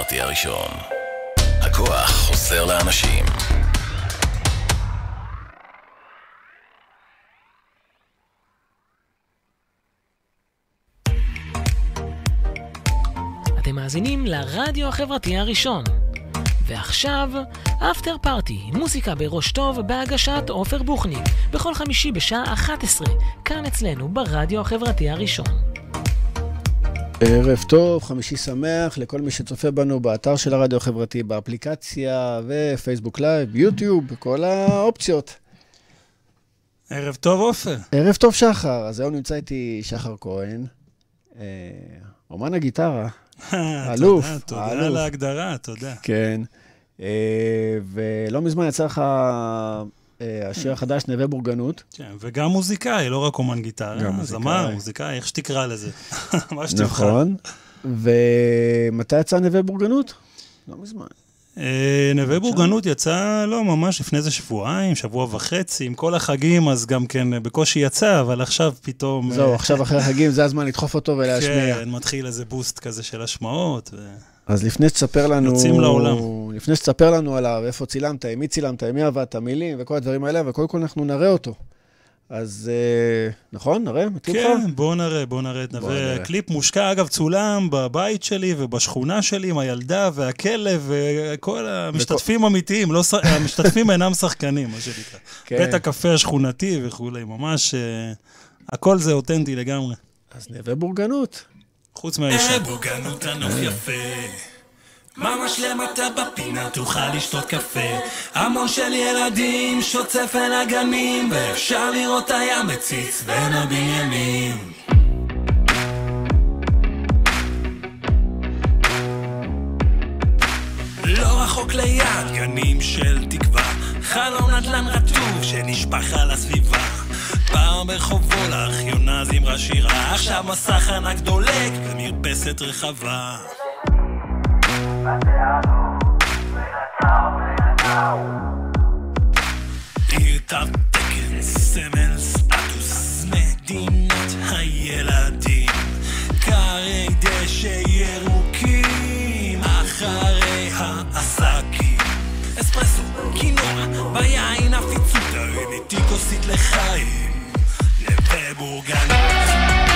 החברתי הראשון. הכוח חוזר לאנשים. אתם מאזינים לרדיו החברתי הראשון. ועכשיו, אפטר פארטי, מוזיקה בראש טוב בהגשת עופר בוכניק, בכל חמישי בשעה 11, כאן אצלנו ברדיו החברתי הראשון. ערב טוב, חמישי שמח לכל מי שצופה בנו באתר של הרדיו החברתי, באפליקציה ופייסבוק לייב, יוטיוב, כל האופציות. ערב טוב עופר. ערב טוב שחר, אז היום נמצא איתי שחר כהן, אומן הגיטרה. אלוף. תודה על ההגדרה, תודה. כן, ולא מזמן יצא לך השיר החדש נווה בורגנות. כן, וגם מוזיקאי, לא רק אומן גיטרה. זמר, מוזיקאי, איך שתקרא לזה. מה שתבחר. נכון. ומתי יצא נווה בורגנות? לא מזמן. נווה בורגנות יצא, לא, ממש לפני זה שבועיים, שבוע וחצי, עם כל החגים, אז גם כן בקושי יצא, אבל עכשיו פתאום... זהו, עכשיו אחרי החגים, זה הזמן לדחוף אותו ולהשמיע. כן, מתחיל איזה בוסט כזה של השמעות. אז לפני שתספר לנו... יוצאים לעולם. לפני שתספר לנו עליו, איפה צילמת, עם מי צילמת, עם מי עבדת, המילים וכל הדברים האלה, וקודם כל אנחנו נראה אותו. אז נכון, נראה, מתאים לך? כן, בואו נראה את נווה. קליפ מושקע, אגב, צולם בבית שלי ובשכונה שלי עם הילדה והכלב וכל המשתתפים אמיתיים, המשתתפים אינם שחקנים, מה שנקרא. בית הקפה השכונתי וכולי, ממש, הכל זה אותנטי לגמרי. אז נווה בורגנות. חוץ מהאישה. בורגנות הנוף יפה. ממש למטה בפינה תוכל לשתות קפה, המון של ילדים שוצף אל הגנים, ואפשר לראות הים מציץ בין הבניינים. לא רחוק ליד גנים של תקווה, חלום נדל"ן רטוב שנשפך על הסביבה, פעם ברחובו לארכיונה זמרה שירה, עכשיו מסך ענק דולק במרפסת רחבה. עיר תו תקן, סמל סטטוס, מדינת הילדים, קרי דשא ירוקים, אחרי העסקים, אספרסו, קינוע, ביין הפיצות, תרים איתי כוסית לחיים, נווה בורגנות.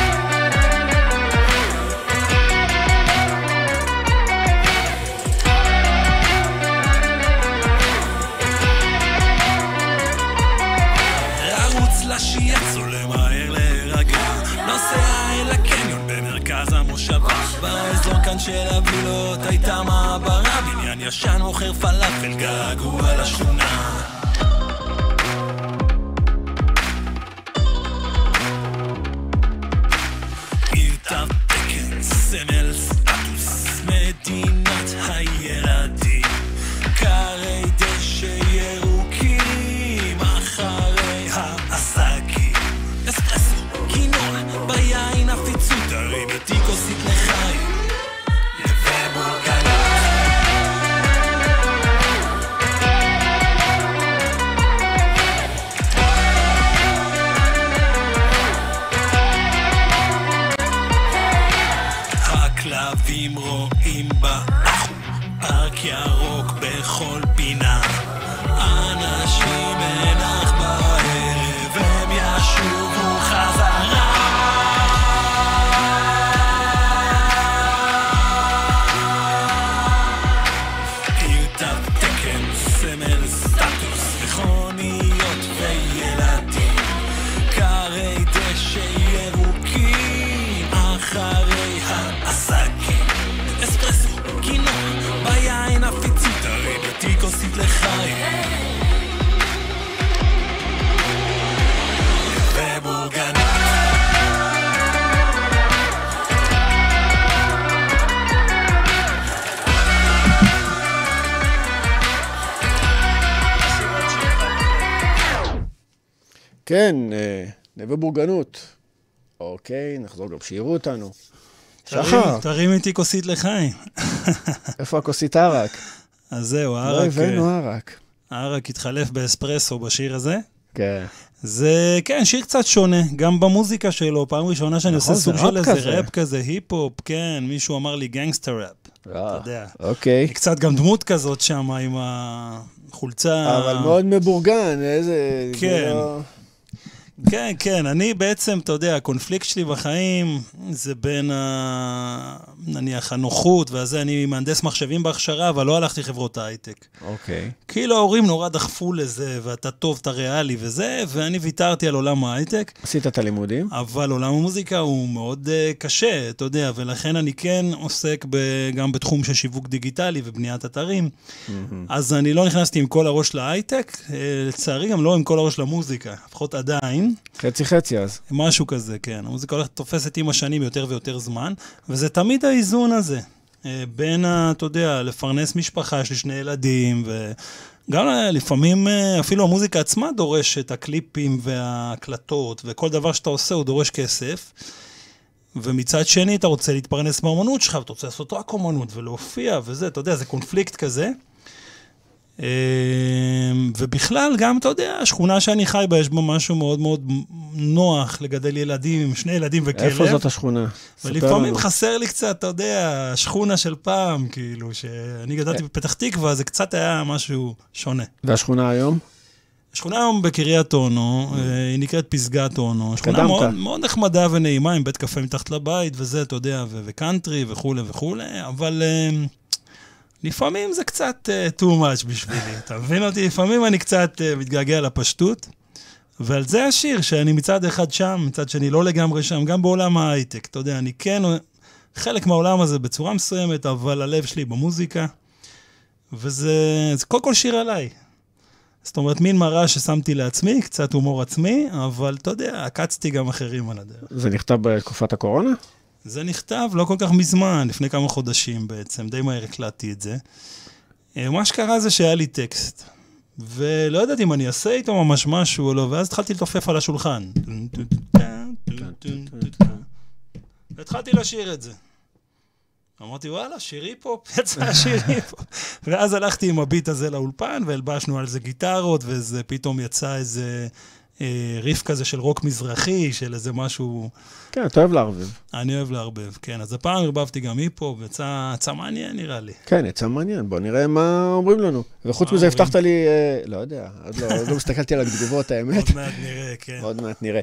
לשיח צולה מהר להירגע, נוסע אל הקניון במרכז המושבה, באזור כאן של הבילות הייתה מעברה, בניין ישן מוכר פלאפל געגוע לשכונה. עיר תו תקן, סמל סטטוס, מדינת הילדים, קרי דשא ירוקים, אחרי העסקים, אספרסו, קינוע, ביין הפיצות, תרים איתי כוסית לחיים, נווה בורגנות. הכלבים רואים באחו, פארק ירוק בכל פינה, אנשים מנח בערב, הם ישובו חזרה. עיר תו תקן, סמל סטטוס, מכוניות וילדים, קרי דשא ירוקים, אחרי העסקים, אספרסו, קינוע, ביין הפיצות, תרים איתי כוסית לחיים, נווה בורגנות. כן, נווה בורגנות. אוקיי, נחזור גם שירו אותנו. שחר. תרים איתי כוסית לחיים. איפה הכוסית ערק? אז זהו, הערק... לא הבאנו ערק. הערק התחלף באספרסו בשיר הזה. כן. זה, כן, שיר קצת שונה, גם במוזיקה שלו, פעם ראשונה שאני עושה סוג של איזה ראפ כזה, היפ-הופ, כן, מישהו אמר לי גנגסטר ראפ. אתה יודע. אוקיי. קצת גם דמות כזאת שם עם החולצה. אבל מאוד מבורגן, איזה... כן. כן, כן, אני בעצם, אתה יודע, הקונפליקט שלי בחיים זה בין, נניח, הנוחות, וזה, אני מהנדס מחשבים בהכשרה, אבל לא הלכתי חברות הייטק. אוקיי. כאילו ההורים נורא דחפו לזה, ואתה טוב, אתה ריאלי וזה, ואני ויתרתי על עולם ההייטק. עשית את הלימודים? אבל עולם המוזיקה הוא מאוד קשה, אתה יודע, ולכן אני כן עוסק גם בתחום של שיווק דיגיטלי ובניית אתרים. אז אני לא נכנסתי עם כל הראש להייטק, לצערי גם לא עם כל הראש למוזיקה, לפחות עדיין. חצי אז. משהו כזה, כן. המוזיקה הולכת תופסת עם השנים יותר ויותר זמן, וזה תמיד האיזון הזה. בין, אתה יודע, לפרנס משפחה, יש לי 2 ילדים, וגם לפעמים אפילו המוזיקה עצמה דורשת, הקליפים וההקלטות, וכל דבר שאתה עושה הוא דורש כסף, ומצד שני אתה רוצה להתפרנס מהאמנות שלך, ואתה רוצה לעשות רק אמנות ולהופיע, וזה, אתה יודע, זה קונפליקט כזה. ובכלל גם, אתה יודע, השכונה שאני חי בה, יש בה משהו מאוד מאוד נוח לגדל ילדים עם 2 ילדים וכלב. איפה זאת השכונה? ולפעמים חסר לי קצת, אתה יודע, השכונה של פעם, כאילו, שאני גדלתי בפתח תקווה, זה קצת היה משהו שונה. והשכונה היום? השכונה היום בקריית אונו, היא נקראת פסגת אונו. שכונה מאוד נחמדה ונעימה, עם בית קפה מתחת לבית וזה, אתה יודע, וקאנטרי וכו' וכו', אבל... לפעמים זה קצת too much בשבילי, אתה מבין אותי? לפעמים אני קצת מתגעגע לפשטות, ועל זה השיר שאני מצד אחד שם, מצד שני לא לגמרי שם, גם בעולם ההייטק, אתה יודע, אני כן חלק מהעולם הזה בצורה מסוימת, אבל הלב שלי במוזיקה, וזה כל שיר עליי. זאת אומרת, מין מראה ששמתי לעצמי, קצת הומור עצמי, אבל אתה יודע, עקצתי גם אחרים על הדרך. זה נכתב בתקופת הקורונה? זה נכתב לא כל כך מזמן, לפני כמה חודשים בעצם, די מהר הקלטתי את זה. מה שקרה זה שהיה לי טקסט, ולא ידעתי אם אני אעשה איתו ממש משהו או לא, ואז התחלתי לתופף על השולחן. והתחלתי לשיר את זה. אמרתי, וואלה, שירי פה, יצא שירי פה. ואז הלכתי עם הביט הזה לאולפן, והלבשנו על זה גיטרות, וזה פתאום יצא איזה... ריף כזה של רוק מזרחי, של איזה משהו... כן, אתה אוהב לערבב. אני אוהב לערבב, כן. אז הפעם הרבבתי גם היפו, ויצא מעניין נראה לי. כן, יצא מעניין. בוא נראה מה אומרים לנו. וחוץ מזה הבטחת לי, לא יודע, עוד לא מסתכלתי על התגובות, האמת. עוד מעט נראה, כן. עוד מעט נראה.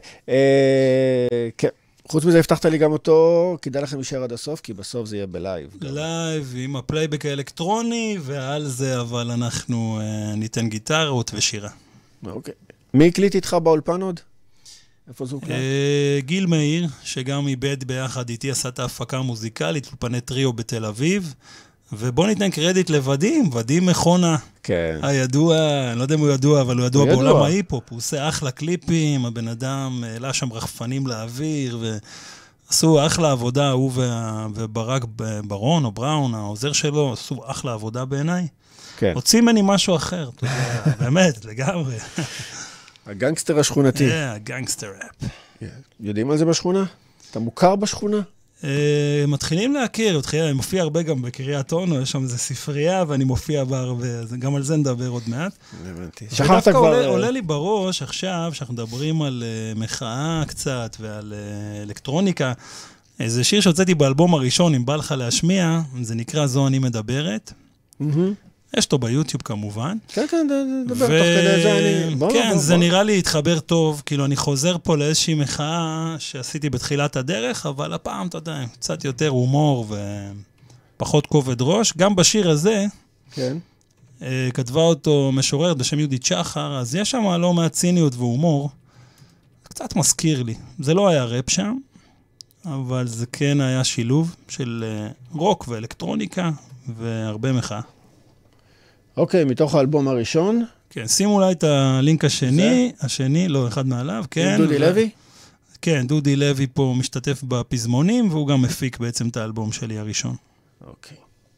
כן. חוץ מזה הבטחת לי גם אותו, כדאי לכם להישאר עד הסוף, כי בסוף זה יהיה בלייב. לייב, עם הפלייבק האלקטרוני, ועל זה, אבל אנחנו ניתן גיטרות ושירה. אוקיי. מי הקליט איתך באולפן עוד? איפה זה הוקלט? גיל מאיר, שגם איבד ביחד איתי, עשה את ההפקה המוזיקלית, אולפני טריו בתל אביב, ובוא ניתן קרדיט לוודים, ודים מכונה. כן. הידוע, אני לא יודע אם הוא ידוע, אבל הוא ידוע בעולם ההיפופ, הוא עושה אחלה קליפים, הבן אדם העלה שם רחפנים לאוויר, ועשו אחלה עבודה, הוא וברק ברון או בראון, העוזר שלו, עשו אחלה עבודה בעיניי. כן. הוציא ממני משהו אחר, אתה יודע, באמת, לגמרי. הגנגסטר השכונתי. הגנגסטר ראפ. יודעים על זה בשכונה? אתה מוכר בשכונה? מתחילים להכיר, אני מופיע הרבה גם בקריית אונו, יש שם איזו ספרייה, ואני מופיע בה הרבה, גם על זה נדבר עוד מעט. הבנתי. שכחת כבר... עולה לי בראש עכשיו, שאנחנו מדברים על מחאה קצת, ועל אלקטרוניקה, איזה שיר שהוצאתי באלבום הראשון, אם בא לך להשמיע, זה נקרא זו אני מדברת. יש אותו ביוטיוב כמובן. כן, כן, דבר, תוך כדי זה אני... כן, זה נראה לי התחבר טוב, כאילו אני חוזר פה לאיזושהי מחאה שעשיתי בתחילת הדרך, אבל הפעם, אתה יודע, קצת יותר הומור ופחות כובד ראש. גם בשיר הזה, כן. כתבה אותו משוררת בשם יהודית שחר, אז יש שם לא מעט ציניות והומור. קצת מזכיר לי. זה לא היה ראפ שם, אבל זה כן היה שילוב של רוק ואלקטרוניקה והרבה מחאה. אוקיי, מתוך האלבום הראשון. כן, שימו אולי את הלינק השני, לא, אחד מעליו, כן. דודי לוי? כן, דודי לוי פה משתתף בפזמונים, והוא גם מפיק בעצם את האלבום שלי הראשון. אוקיי.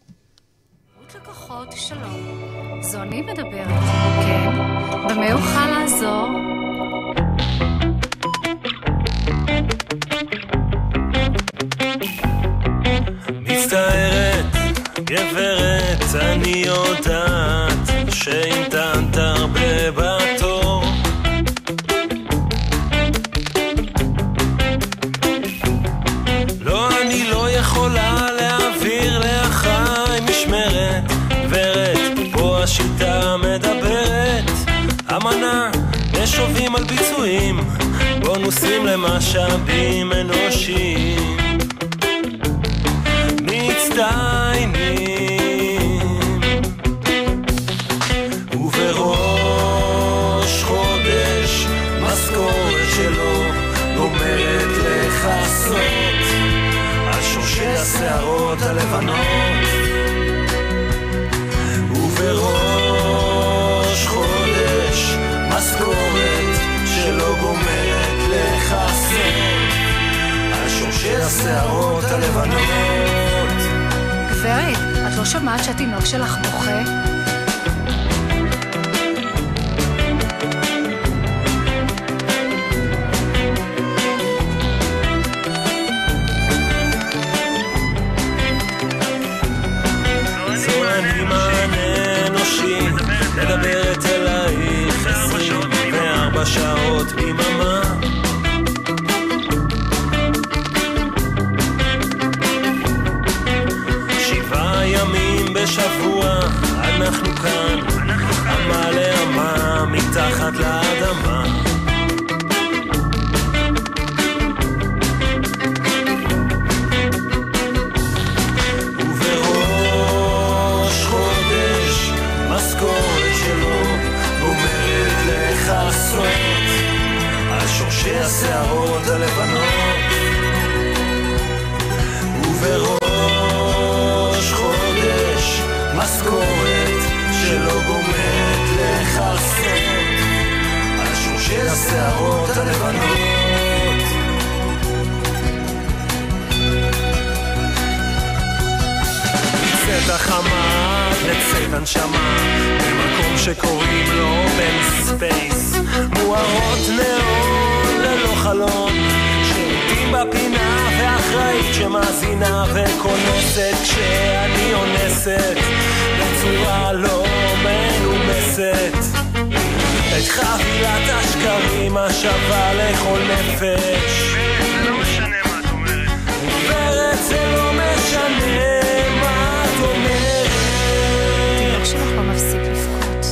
לקוחות, שלום. זו אני מדברת, כן. במה אוכל לעזור? מצטערת, גברת, אני יודעת שהמתנת הרבה בתור. לא, אני לא יכולה להעביר לאחר אמנה, נשובים על ביצועים, בונוסים למשאבים אנושיים, מצטיינים, ובראש חודש משכורת שלו גומרת לחסות על שורשי השערות הלבנות, ובראש חודש משכורת שלא גומרת לחסות על שורשי השערות הלבנות. גברת, את לא שמעת שהתינוק שלך בוכה? מדברת אלייך 24 שעות ביממה, שבעה ימים בשבוע אנחנו כאן, אמה לאמה מתחת לאדמה, ובראש חודש משכורת שלו גומרת לחסות על שורשי השערות הלבנות, ובראש חודש משכורת שלא גומרת לחסות על שורשי השערות הלבנות. צאת החמה לצאת הנשמה במקום שקוראים לו בן ספייס, מוארות נאון ללא חלון, שירותים בפינה ואחראית שמאזינה וכונסת כשאני אונסת בצורה לא מנומסת את חבילת השקרים השווה לכל נפש. זה לא משנה מה את אומרת, גברת, זה לא משנה מה את אומרת. התינוק שלך לא מפסיק לבכות.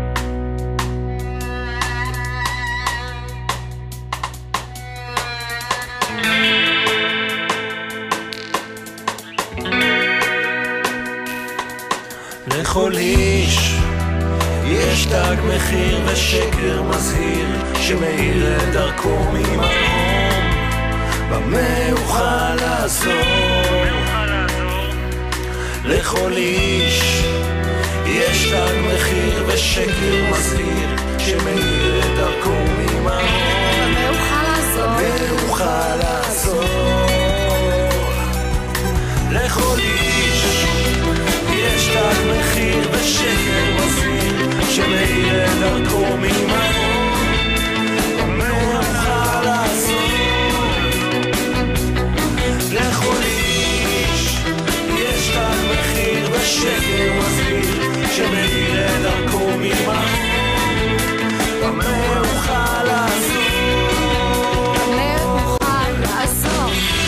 לכל איש יש תג מחיר ושקר מזהיר שמאיר את דרכו ממרום, במה אוכל לעזור? לכל איש יש תג מחיר ושקר מזהיר שמאיר את דרכו ממרום, במה אוכל לעזור? במה אוכל לעזור? לכל איש יש תג מחיר ושקר מזהיר שמאיר את דרכו ממרום, במה אוכל לעזור? לכל איש יש תג מחיר ושקר מזהיר שמאיר את דרכו ממרום, במה אוכל לעזור? במה אוכל לעזור?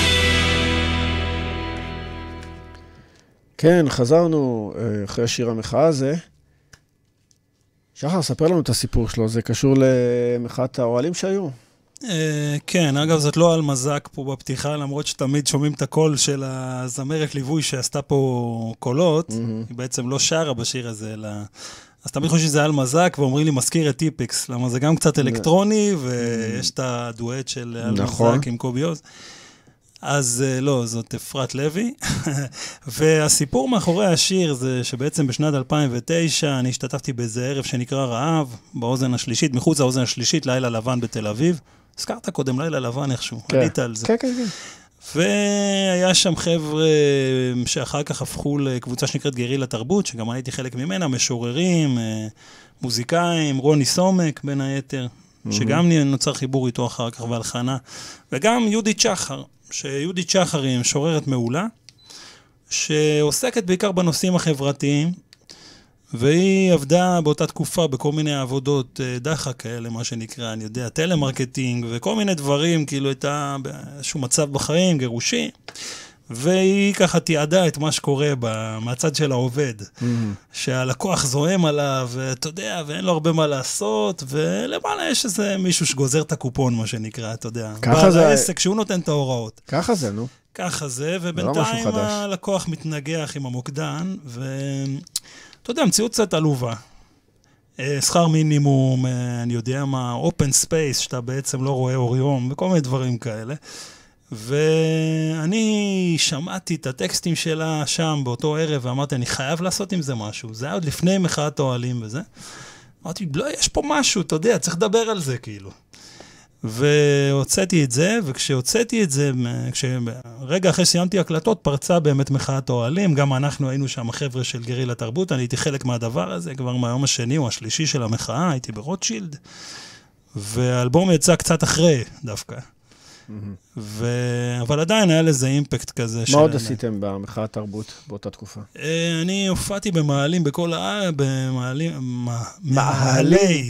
כן, חזרנו אחרי השיר המחאה הזה. שחר, ספר לנו את הסיפור שלו, זה קשור למחאת האוהלים שהיו. כן, אגב, זאת לא על מזק פה בפתיחה, למרות שתמיד שומעים את הקול של הזמרת ליווי שעשתה פה קולות, היא בעצם לא שרה בשיר הזה, אלא... אז תמיד חושבים שזה על מזק, ואומרים לי, מזכיר את טיפקס, למה זה גם קצת אלקטרוני, ויש את הדואט של על מזק עם קובי עוז. אז לא, זאת אפרת לוי. והסיפור מאחורי השיר זה שבעצם בשנת 2009 אני השתתפתי באיזה ערב שנקרא רעב, באוזן השלישית, מחוץ לאוזן השלישית, לילה לבן בתל אביב. הזכרת קודם לילה לבן איכשהו, עלית על זה. כן, כן, כן. והיה שם חבר'ה שאחר כך הפכו לקבוצה שנקראת גרילה תרבות, שגם הייתי חלק ממנה, משוררים, מוזיקאים, רוני סומק בין היתר, שגם נוצר חיבור איתו אחר כך והלחנה, וגם יהודית שחר, שיהודית שחר היא משוררת מעולה, שעוסקת בעיקר בנושאים החברתיים, והיא עבדה באותה תקופה בכל מיני עבודות דחק כאלה, מה שנקרא, אני יודע, טלמרקטינג וכל מיני דברים, כאילו הייתה באיזשהו מצב בחיים, גירושי, והיא ככה תיעדה את מה שקורה מהצד של העובד, שהלקוח זוהם עליו, ואתה יודע, ואין לו הרבה מה לעשות, ולמעלה יש איזה מישהו שגוזר את הקופון, מה שנקרא, אתה יודע. בעל העסק שהוא נותן את ההוראות. ככה זה, נו. ככה זה, ובינתיים הלקוח מתנגח עם המוקדן, ואתה יודע, מציאות קצת עלובה. שכר מינימום, אני יודע מה, open space, שאתה בעצם לא רואה אור יום, וכל מיני דברים כאלה. ואני שמעתי את הטקסטים שלה שם באותו ערב, ואמרתי, אני חייב לעשות עם זה משהו. זה היה עוד לפני מחאת אוהלים וזה. אמרתי, לא, יש פה משהו, אתה יודע, צריך לדבר על זה, כאילו. והוצאתי את זה, וכשהוצאתי את זה, רגע אחרי סיימתי הקלטות, פרצה באמת מחאת אוהלים, גם אנחנו היינו שם החבר'ה של גרילה תרבות, אני הייתי חלק מהדבר הזה, כבר מהיום השני או השלישי של המחאה, הייתי ברוטשילד, והאלבום יצא קצת אחרי דווקא. אבל עדיין היה לזה אימפקט כזה. מה עוד עשיתם במחאת תרבות באותה תקופה? אני הופעתי במעלים בכל מאהלי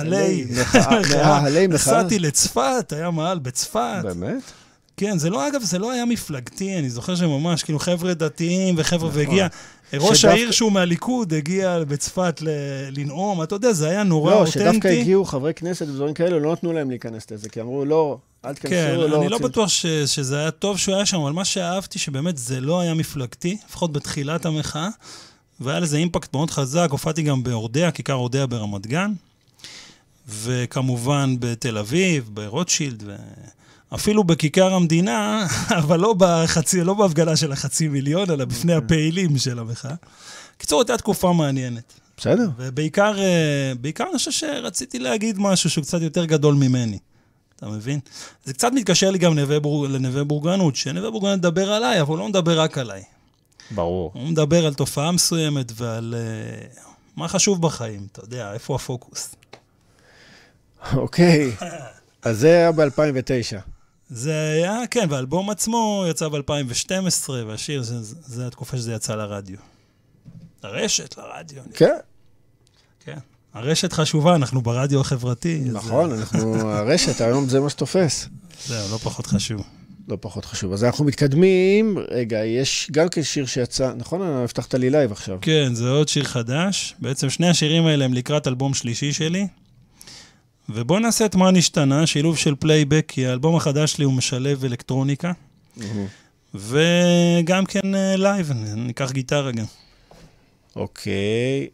מחאה. נסעתי לצפת, היה מעל בצפת. באמת? כן, זה לא, אגב, זה לא היה מפלגתי, אני זוכר שממש, כאילו חבר'ה דתיים וחבר'ה והגיע, ראש העיר שהוא מהליכוד הגיע בצפת לנאום, אתה יודע, זה היה נורא אותנטי. לא, שדווקא הגיעו חברי כנסת ודברים כאלה, לא נתנו להם להיכנס לזה, כי אמרו, לא, אל תכנסו, כן, לא רוצים. אני לא בטוח שזה היה טוב שהוא היה שם, אבל מה שאהבתי שבאמת זה לא היה מפלגתי, לפחות בתחילת המחאה, והיה לזה אימפקט מאוד חזק, הופעתי גם באורדיה, כיכר אורדיה ברמת גן, וכמובן בתל אביב, ברוטשילד, אפילו בכיכר המדינה, אבל לא בהפגנה של 500,000, אלא בפני הפעילים של המחאה. קיצור, הייתה תקופה מעניינת. בסדר. ובעיקר אני חושב שרציתי להגיד משהו שהוא קצת יותר גדול ממני. אתה מבין? זה קצת מתקשר לי גם לנווה בורגנות, שנווה בורגנות מדבר עליי, אבל הוא לא מדבר רק עליי. ברור. הוא מדבר על תופעה מסוימת ועל מה חשוב בחיים, אתה יודע, איפה הפוקוס. אוקיי. אז זה היה ב-2009. זה היה, כן, והאלבום עצמו יצא ב-2012, והשיר, זה התקופה שזה יצא לרדיו. הרשת לרדיו. כן. כן. הרשת חשובה, אנחנו ברדיו החברתי. נכון, אנחנו, הרשת, היום זה מה שתופס. זהו, לא פחות חשוב. לא פחות חשוב. אז אנחנו מתקדמים, רגע, יש גם כשיר שיצא, נכון? הבטחת לי לייב עכשיו. כן, זה עוד שיר חדש. בעצם שני השירים האלה הם לקראת אלבום שלישי שלי. ובואו נעשה את מה נשתנה, שילוב של פלייבק, כי האלבום החדש שלי הוא משלב אלקטרוניקה. וגם כן לייב, ניקח גיטרה גם. אוקיי.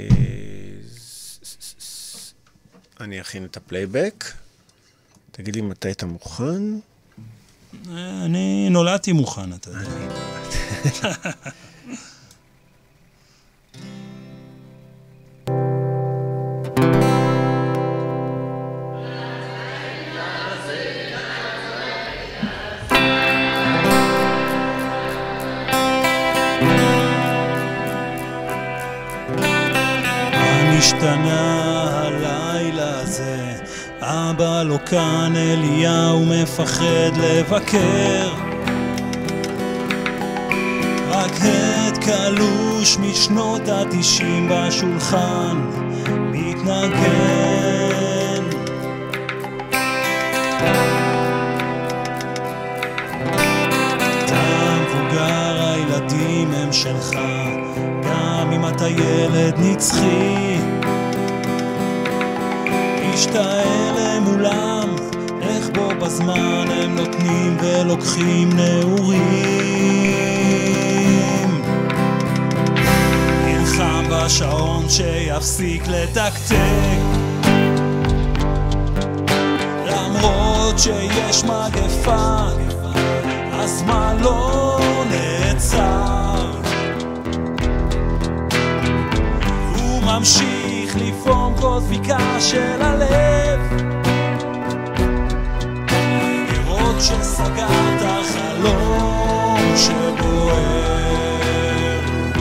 אני אכין את הפלייבק. תגיד לי מתי אתה מוכן? אני נולדתי מוכן, אתה יודע. השתנה הלילה הזה, אבא לא כאן, אליהו מפחד לבקר, רק הד קלוש משנות ה-90 בשולחן מתנגן. אתה מבוגר, הילדים הם שלך, גם אם אתה ילד נצחי, השתעל למולם, איך בו בזמן הם נותנים ולוקחים נעורים. נלחם בשעון שיפסיק לתקתק, למרות שיש מגפה, הזמן לא נעצר, הוא ממשיך לפעום כל דפיקה של הלב, לראות שסגרת חלום שבוער.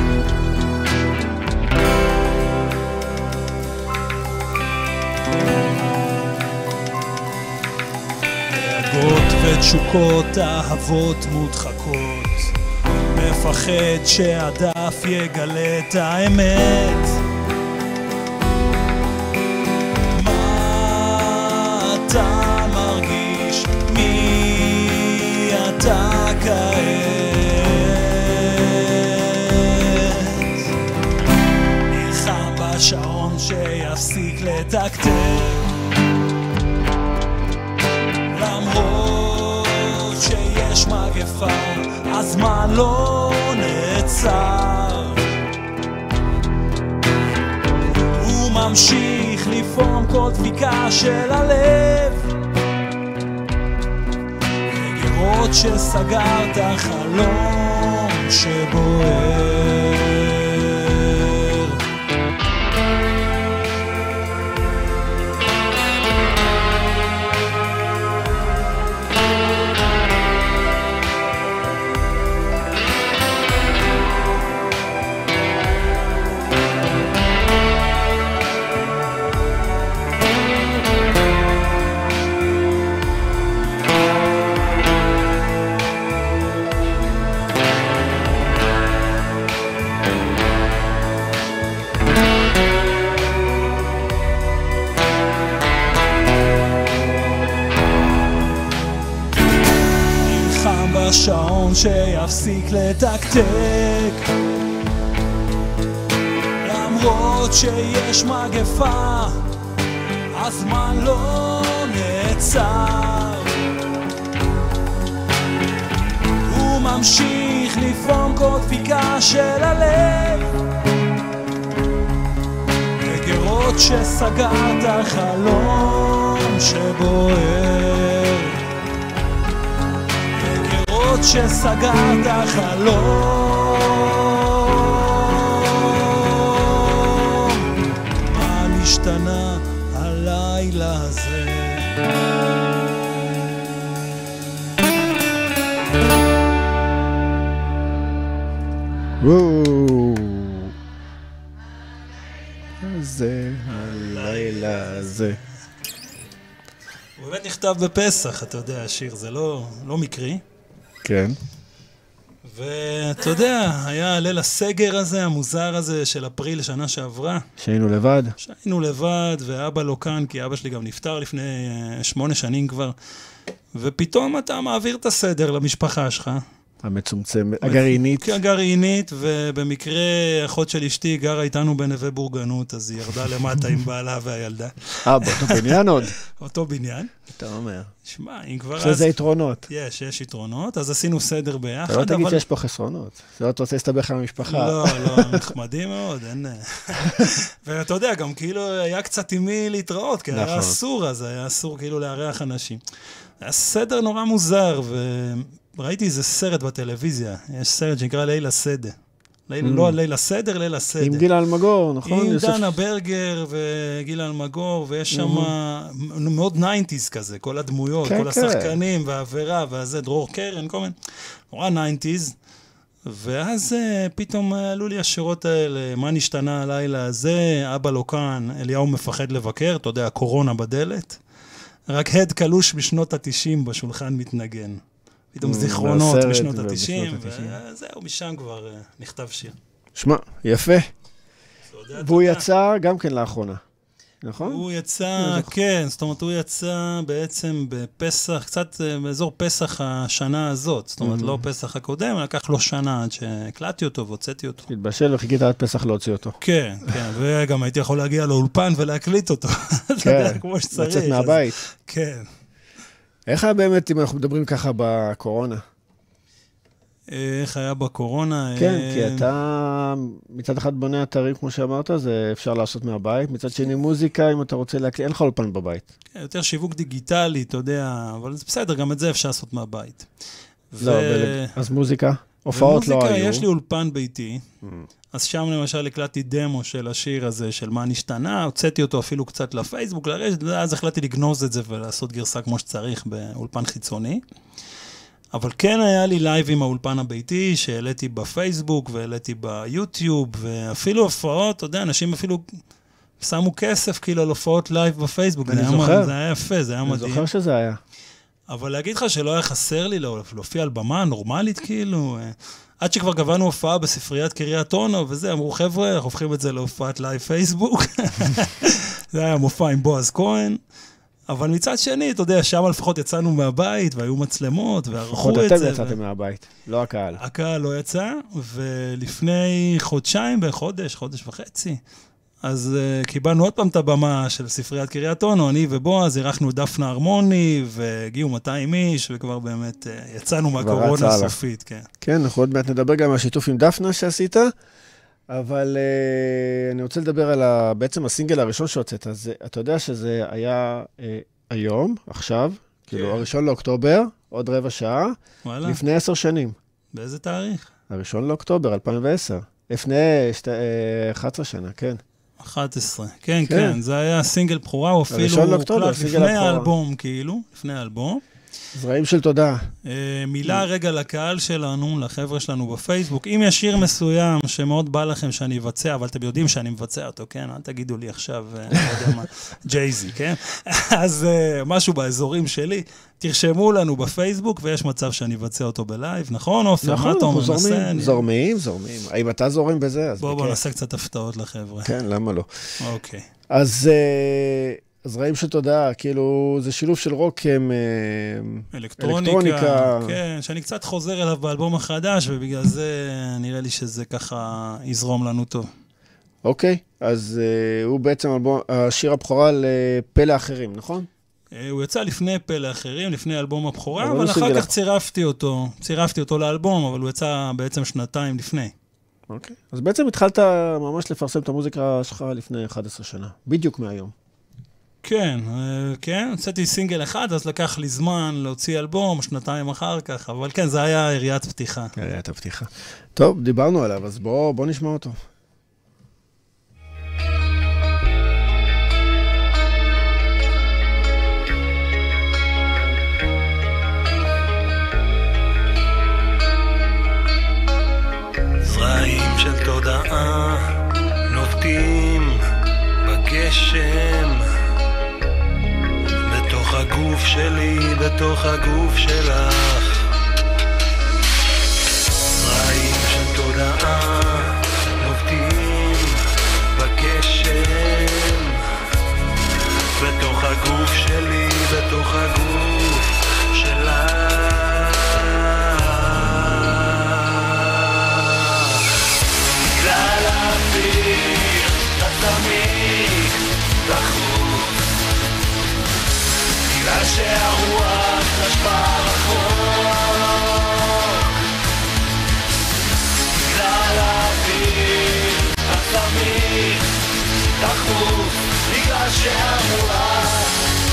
דאגות ותשוקות, אהבות מודחקות, מפחד שהדף יגלה את האמת. אתה מרגיש מי אתה כעת? לתקתק, למרות שיש מגפה, הזמן לא נעצר, הוא ממשיך לפעום כל דפיקה של הלב, וגרות שסגרת חלום שבוער. שעון שיפסיק לתקתק, למרות שיש מגפה, הזמן לא נעצר, הוא ממשיך לפעום כל דפיקה של הלב, וגרות שסגרת חלום שבוער, שסגרת חלום, מה נשתנה הלילה הזה? זה הלילה הזה. הוא באמת נכתב בפסח, אתה יודע, השיר, זה לא מקרי. כן. ואתה יודע, היה ליל הסגר הזה, המוזר הזה של אפריל שנה שעברה. שהיינו לבד. שהיינו לבד, ואבא לא כאן, כי אבא שלי גם נפטר לפני 8 שנים כבר. ופתאום אתה מעביר את הסדר למשפחה שלך. המצומצמת, הגרעינית. הגרעינית, ובמקרה אחות של אשתי גרה איתנו בנווה בורגנות, אז היא ירדה למטה עם בעלה והילדה. באותו בניין עוד. אותו בניין. אתה אומר. שמע, אם כבר אז... שזה יתרונות. יש יתרונות, אז עשינו סדר ביחד. אתה לא תגיד שיש פה חסרונות. זה לא אתה רוצה להסתבך על המשפחה. לא, נחמדים מאוד, אין... ואתה יודע, גם כאילו היה קצת עם מי להתראות, כי היה אסור, אז היה אסור כאילו לארח אנשים. היה סדר נורא מוזר, וראיתי איזה סרט בטלוויזיה, יש סרט שנקרא ליל הסדר. לא ליל הסדר, ליל הסדר. עם גיל אלמגור, נכון? עם דנה ברגר וגיל אלמגור, ויש שם מאוד 90s כזה, כל הדמויות, כל השחקנים והעבירה, והזה, דרור קרן, כל מיני, נורא 90s. ואז פתאום עלו לי השירות האלה, מה נשתנה הלילה הזה, אבא לא כאן, אליהו מפחד לבקר, אתה יודע, הקורונה בדלת. רק הד קלוש בשנות ה-90 בשולחן מתנגן. פתאום זיכרונות בשנות ה-90, וזהו, משם כבר נכתב שיר. שמע, יפה. והוא יצא גם כן לאחרונה, נכון? הוא יצא, כן, זאת אומרת, הוא יצא בעצם בפסח, קצת באזור פסח השנה הזאת, זאת אומרת, לא פסח הקודם, לקח לו שנה עד שהקלטתי אותו והוצאתי אותו. התבשל וחיכית עד פסח להוציא אותו. כן, כן, וגם הייתי יכול להגיע לאולפן ולהקליט אותו. כן, כמו שצריך. לצאת מהבית. כן. איך היה באמת, אם אנחנו מדברים ככה בקורונה? איך היה בקורונה? כן, כי אתה מצד אחד בונה אתרים, כמו שאמרת, זה אפשר לעשות מהבית. מצד שני מוזיקה, אם אתה רוצה להקליט, אין לך אולפן בבית. כן, יותר שיווק דיגיטלי, אתה יודע, אבל זה בסדר, גם את זה אפשר לעשות מהבית. לא, אז מוזיקה? הופעות לא היו. יש לי אולפן ביתי, אז שם למשל הקלטתי דמו של השיר הזה, של מה נשתנה, הוצאתי אותו אפילו קצת לפייסבוק, אז החלטתי לגנוז את זה ולעשות גרסה כמו שצריך באולפן חיצוני. אבל כן היה לי לייב עם האולפן הביתי, שהעליתי בפייסבוק והעליתי ביוטיוב, ואפילו הופעות, אתה יודע, אנשים אפילו שמו כסף כאילו על הופעות לייב בפייסבוק. אני זוכר. זה היה יפה, זה היה מדהים. אני זוכר שזה היה. אבל להגיד לך שלא היה חסר לי להופיע על במה נורמלית כאילו, עד שכבר קבענו הופעה בספריית קריית אונו, וזה, אמרו חבר'ה, אנחנו הופכים את זה להופעת לייב פייסבוק. זה היה מופע עם בועז כהן. אבל מצד שני, אתה יודע, שם לפחות יצאנו מהבית, והיו מצלמות, וערכו את זה. לפחות אתם יצאתם מהבית, לא הקהל. הקהל לא יצא, ולפני חודשיים, חודש וחצי, אז קיבלנו עוד פעם את הבמה של ספריית קריית אונו, אני ובועז, אירחנו דפנה הרמוני, והגיעו 200 איש, וכבר באמת יצאנו מהקורונה הסופית. כן. כן, אנחנו עוד מעט נדבר גם על השיתוף עם דפנה שעשית, אבל אני רוצה לדבר על בעצם הסינגל הראשון שהוצאת, אז אתה יודע שזה היה היום, עכשיו, כאילו הראשון לאוקטובר, עוד רבע שעה, לפני 10 שנים. באיזה תאריך? הראשון לאוקטובר, 2010. לפני 11 שנה, כן. 11, כן, כן, זה היה סינגל בחורה, הוא אפילו הוקלט לפני האלבום, כאילו, לפני האלבום. זרעים של תודה. מילה רגע לקהל שלנו, לחבר'ה שלנו בפייסבוק. אם יש שיר מסוים שמאוד בא לכם שאני אבצע, אבל אתם יודעים שאני מבצע אותו, כן? אל תגידו לי עכשיו, לא יודע מה, ג'ייזי, כן? אז משהו באזורים שלי, תרשמו לנו בפייסבוק, ויש מצב שאני אבצע אותו בלייב, נכון? אופן, מה אתה אומר? זורמים. האם אתה זורם בזה? בוא נעשה קצת הפתעות לחבר'ה. כן, למה לא? אוקיי. אז זרעים של תודעה, כאילו, זה שילוב של רוק עם אלקטרוניקה. כן, שאני קצת חוזר אליו באלבום החדש, ובגלל זה נראה לי שזה ככה יזרום לנו טוב. אוקיי, אז הוא בעצם השיר הבכורה לפלא אחרים, נכון? הוא יצא לפני פלא אחרים, לפני אלבום הבכורה, אבל אחר כך צירפתי אותו לאלבום, אבל הוא יצא בעצם 2 לפני. אוקיי, אז בעצם התחלת ממש לפרסם את המוזיקה שלך לפני 11 שנה, בדיוק מהיום. כן, הוצאתי סינגל אחד, אז לקח לי זמן להוציא אלבום, 2 אחר כך, אבל כן, זה היה יריית פתיחה. יריית הפתיחה. טוב, דיברנו עליו, אז בוא נשמע אותו. זרעים של תודעה נובטים בגשם בתוך הגוף שלי, בתוך הגוף שלך. זרעים של תודעה נובטים בגשם בתוך הגוף שלי, בתוך הגוף שלך. בגלל האוויר התמיד דחוף, בגלל שהרוח נשבה רחוק, בגלל האוויר התמיד דחוף, בגלל שהרוח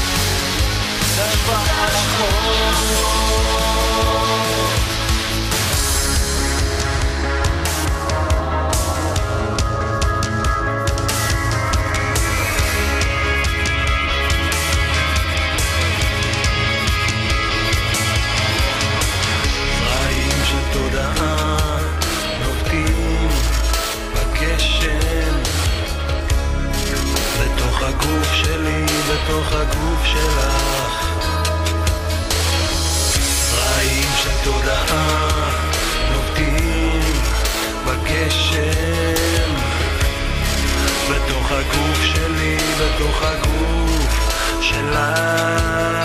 נשבה רחוק. הגוף שלי בתוך הגוף שלך. זרעים של תודעה נובטים בגשם בתוך הגוף שלי, בתוך הגוף שלך.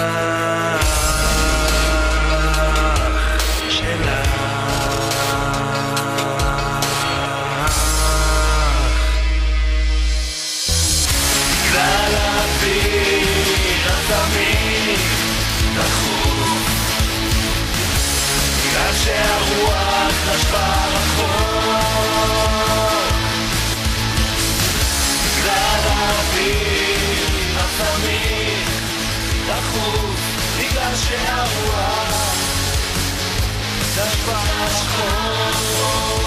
שהרוח נשבה רחוק, בגלל האוויר התמיד דחוף, בגלל שהרוח נשבה רחוק.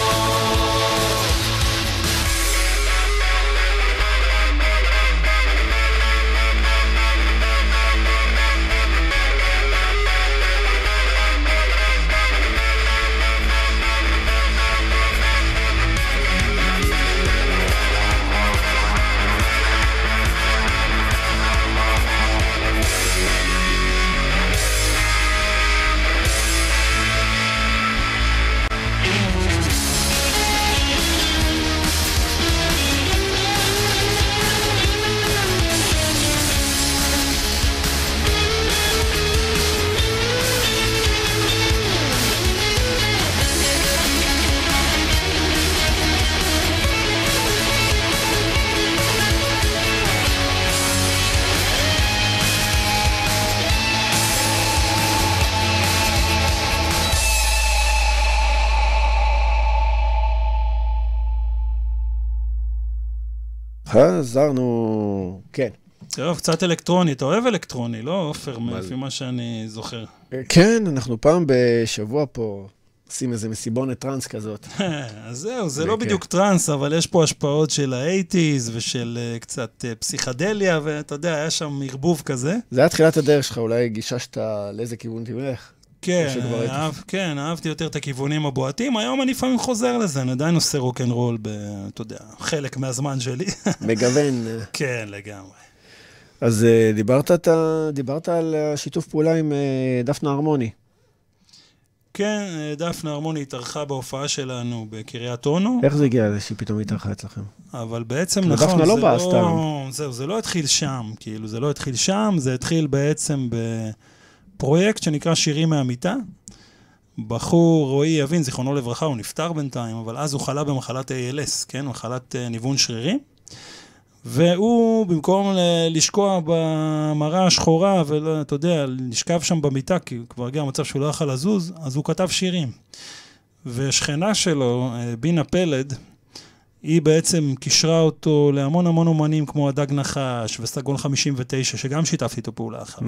חזרנו, כן. טוב, קצת אלקטרוני. אתה אוהב אלקטרוני, לא אופר, לפי מה שאני זוכר. כן, אנחנו פעם בשבוע פה עושים איזה מסיבונת טרנס כזאת. אז זהו, זה לא בדיוק טרנס, אבל יש פה השפעות של ה-80s ושל קצת פסיכדליה, ואתה יודע, היה שם ערבוב כזה. זה היה תחילת הדרך שלך, אולי גיששת לאיזה כיוון תלך. כן, אהבתי יותר את הכיוונים הבועטים. היום אני לפעמים חוזר לזה, אני עדיין עושה רוק'נ'רול, אתה יודע, חלק מהזמן שלי. מגוון. כן, לגמרי. אז דיברת על שיתוף פעולה עם דפנה הרמוני. כן, דפנה הרמוני התארחה בהופעה שלנו בקריית אונו. איך זה הגיע לזה שהיא פתאום התארחה אצלכם? אבל בעצם נכון, דפנה לא באה סתם. זה לא התחיל שם, כאילו, זה לא התחיל שם, זה התחיל בעצם בפרויקט שנקרא שירים מהמיטה. בחור רועי יבין, זיכרונו לברכה, הוא נפטר בינתיים, אבל אז הוא חלה במחלת ALS, כן? מחלת ניוון שרירים. והוא, במקום לשקוע במראה השחורה, ואתה יודע, לשכב שם במיטה, כי כבר הגיע המצב שהוא לא יכל לזוז, אז הוא כתב שירים. ושכנה שלו, בינה פלד, היא בעצם קישרה אותו להמון המון אומנים, כמו הדג נחש וסגול 59, שגם שיתפתי איתו פעולה אחת.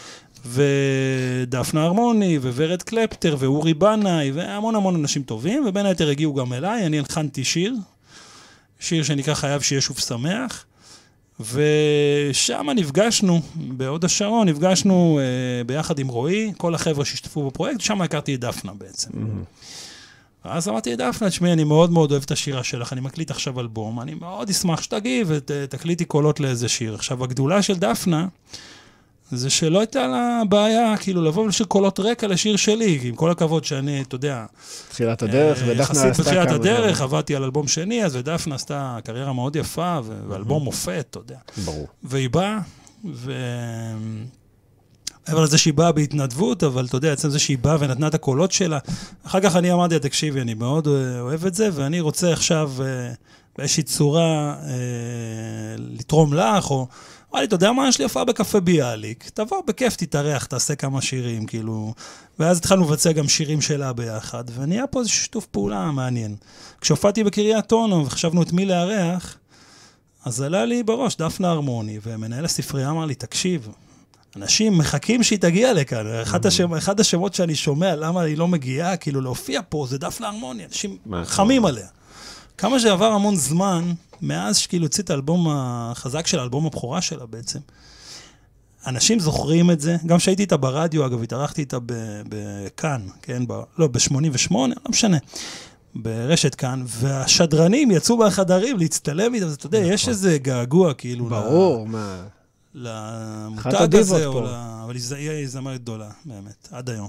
ודפנה הרמוני, וורד קלפטר, ואורי בנאי, והמון המון אנשים טובים, ובין היתר הגיעו גם אליי, אני הלחנתי שיר שנקרא חייב שיהיה שוב שמח, ושם נפגשנו, בהוד השרון, נפגשנו ביחד עם רועי, כל החבר'ה שהשתתפו בפרויקט, שם הכרתי את דפנה בעצם. ואז אמרתי את דפנה, תשמעי, אני מאוד מאוד אוהב את השירה שלך, אני מקליט עכשיו אלבום, אני מאוד אשמח שתגיב ותקליטי קולות לאיזה שיר. עכשיו, הגדולה של דפנה, זה שלא הייתה לה בעיה, כאילו, לבוא ולשיר קולות רקע לשיר שלי, עם כל הכבוד שאני, אתה יודע, תחילת הדרך, ודפנה עשתה כמה. יחסית בתחילת הדרך, עבדתי על אלבום שני, אז ודפנה עשתה קריירה מאוד יפה, ואלבום מופת, אתה יודע. ברור. והיא באה, אבל לזה שהיא באה בהתנדבות, אבל אתה יודע, עצם זה שהיא באה ונתנה את הקולות שלה, אחר כך אני אמרתי, תקשיבי, אני מאוד אוהב את זה, ואני רוצה עכשיו באיזושהי צורה לתרום לך, או אתה יודע מה, יש לי הופעה בקפה ביאליק, תבוא בכיף, תתארח, תעשה כמה שירים, כאילו, ואז התחלנו לבצע גם שירים שלה ביחד, ונהיה פה איזה שיתוף פעולה מעניין. כשהופעתי בקריית אונו וחשבנו את מי לארח, אז עלה לי בראש דפנה הרמוני, ומנהל הספרייה אמר לי, תקשיב, אנשים מחכים שהיא תגיע לכאן, אחד השמות שאני שומע, למה היא לא מגיעה, כאילו להופיע פה, זה דפנה הרמוני, אנשים חמים עליה. כמה שעבר המון זמן, מאז שכאילו הוציא את האלבום החזק של האלבום הבכורה שלה בעצם, אנשים זוכרים את זה, גם שהייתי איתה ברדיו, אגב, התארחתי איתה בכאן, כן, לא, ב-88, לא משנה, ברשת כאן, והשדרנים יצאו בחדרים להצטלם איתה, אז אתה יודע, יש איזה געגוע כאילו, ברור, מה? למותג הזה, אבל היא זמרת גדולה, באמת, עד היום.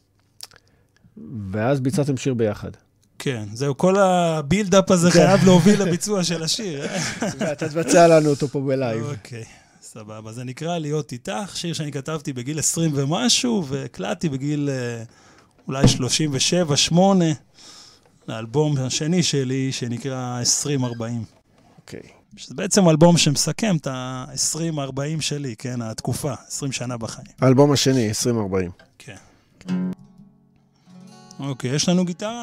ואז ביצעתם שיר ביחד. כן, זהו, כל הבילדאפ הזה חייב להוביל לביצוע של השיר. ואתה תבצע לנו אותו פה בלייב. אוקיי, סבבה. זה נקרא להיות איתך, שיר שאני כתבתי בגיל 20 ומשהו, והקלטתי בגיל אולי 37-8, לאלבום השני שלי, שנקרא 2040. אוקיי. שזה בעצם אלבום שמסכם את ה-20-40 שלי, כן, התקופה, 20 שנה בחיים. האלבום השני, 2040. כן. אוקיי, יש לנו גיטרה?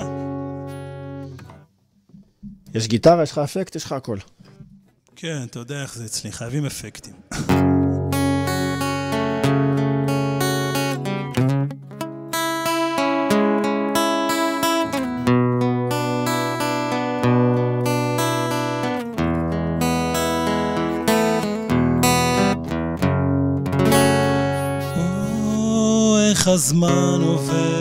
יש גיטרה, יש לך אפקט, יש לך הכל. כן, אתה יודע איך זה אצלי, חייבים אפקטים. איך הזמן עובר,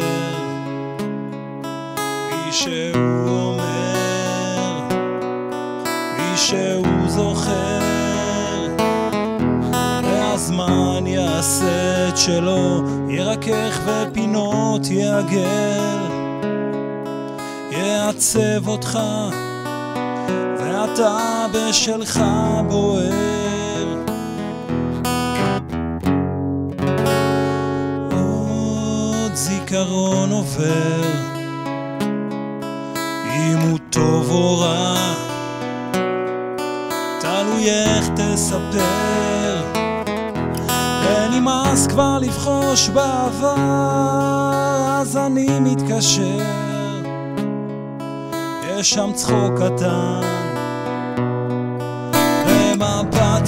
מי שהוא אומר, מי שהוא זוכר, והזמן יעשה את שלו, ירקח ופינות יעגל, יעצב אותך, ואתה בשלך בוער. זיכרון עובר, אם הוא טוב או רע, תלוי איך תספר, ונמאס כבר לבחוש בעבר, אז אני מתקשר, יש שם צחוק קטן,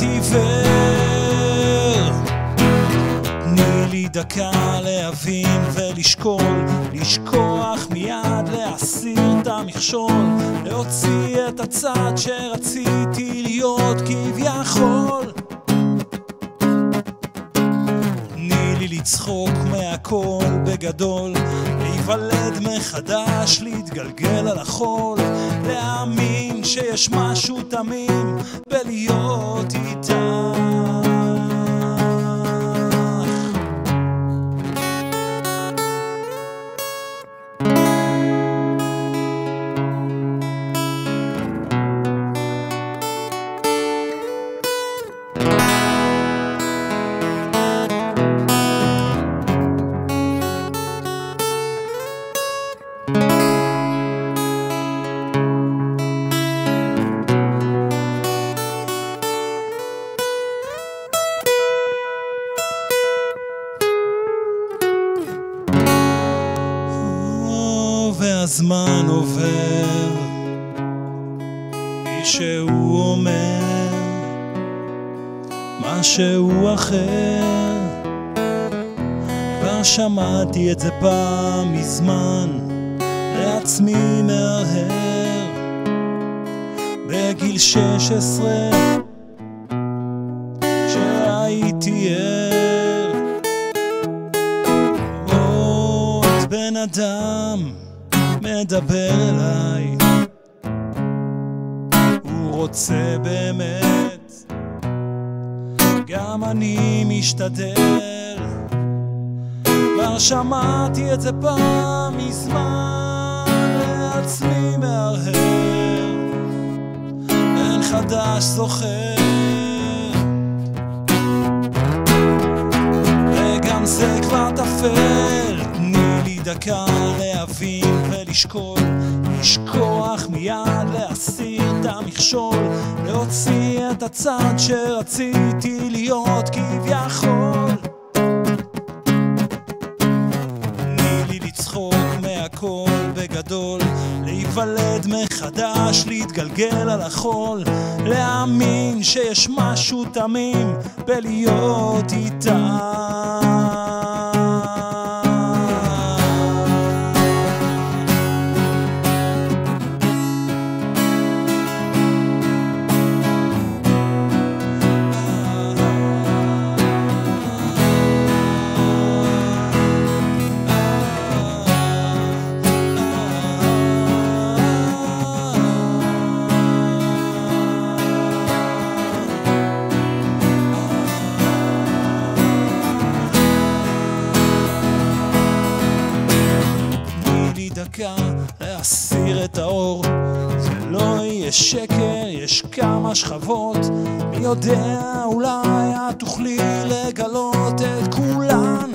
עיוור. תני לי דקה להבין ולשקול, לשכוח מיד, להסיר את המכשול, להוציא את הצד שרציתי להיות כביכול. תני לי לצחוק מהכל בגדול, להיוולד מחדש, להתגלגל על החול, להאמין שיש משהו תמים בלהיות איתך. הזמן עובר, מישהו אומר משהו אחר, כבר שמעתי את זה פעם מזמן, לעצמי מהרהר. בגיל 16 כשהייתי ער, עוד בן אדם מדבר אליי, הוא רוצה באמת, גם אני משתדל. כבר שמעתי את זה פעם מזמן, לעצמי מהרהר, אין חדש זוכר, וגם זה כבר תפל. תני לי דקה להבין ולשקול, לשכוח מיד, להסיר את המכשול, להוציא את הצד שרציתי להיות כביכול. תני לי לצחוק מהכל בגדול, להיוולד מחדש, להתגלגל על החול, להאמין שיש משהו תמים בלהיות איתך. להסיר את האור, זה לא יהיה שקר, יש כמה שכבות, מי יודע, אולי את תוכלי לגלות את כולן.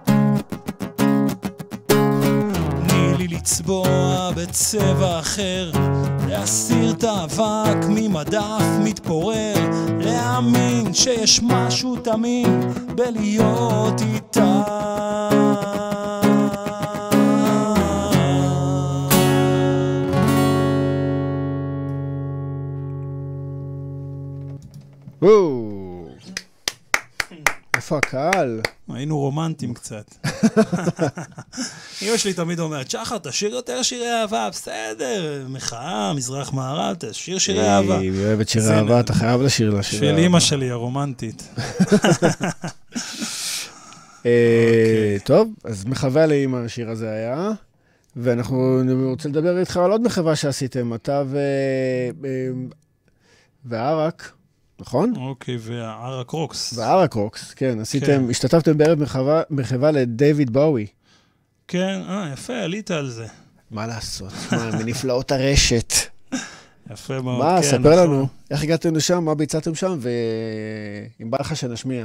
תני לי לצבוע בצבע אחר, להסיר את האבק ממדף מתפורר, להאמין שיש משהו תמים בלהיות איתה. איפה הקהל? היינו רומנטיים קצת. אמא שלי תמיד אומרת, שחר, תשאיר יותר שירי אהבה, בסדר, מחאה, מזרח מערב, תשאיר שירי אהבה. היא אוהבת שירי אהבה, אתה חייב לשיר לה שירי אהבה. של אמא שלי, הרומנטית. טוב, אז מחווה לאמא השיר הזה היה, ואנחנו רוצים לדבר איתך על עוד מחווה שעשיתם, אתה והערק. נכון? אוקיי, והערק רוקס. והערק רוקס, כן. השתתפתם בערב מחווה לדייוויד בואוי. כן, יפה, עלית על זה. מה לעשות? מנפלאות הרשת. יפה מאוד, מה, ספר לנו, איך הגעתם לשם, מה ביצעתם שם, ואם בא לך שנשמיע.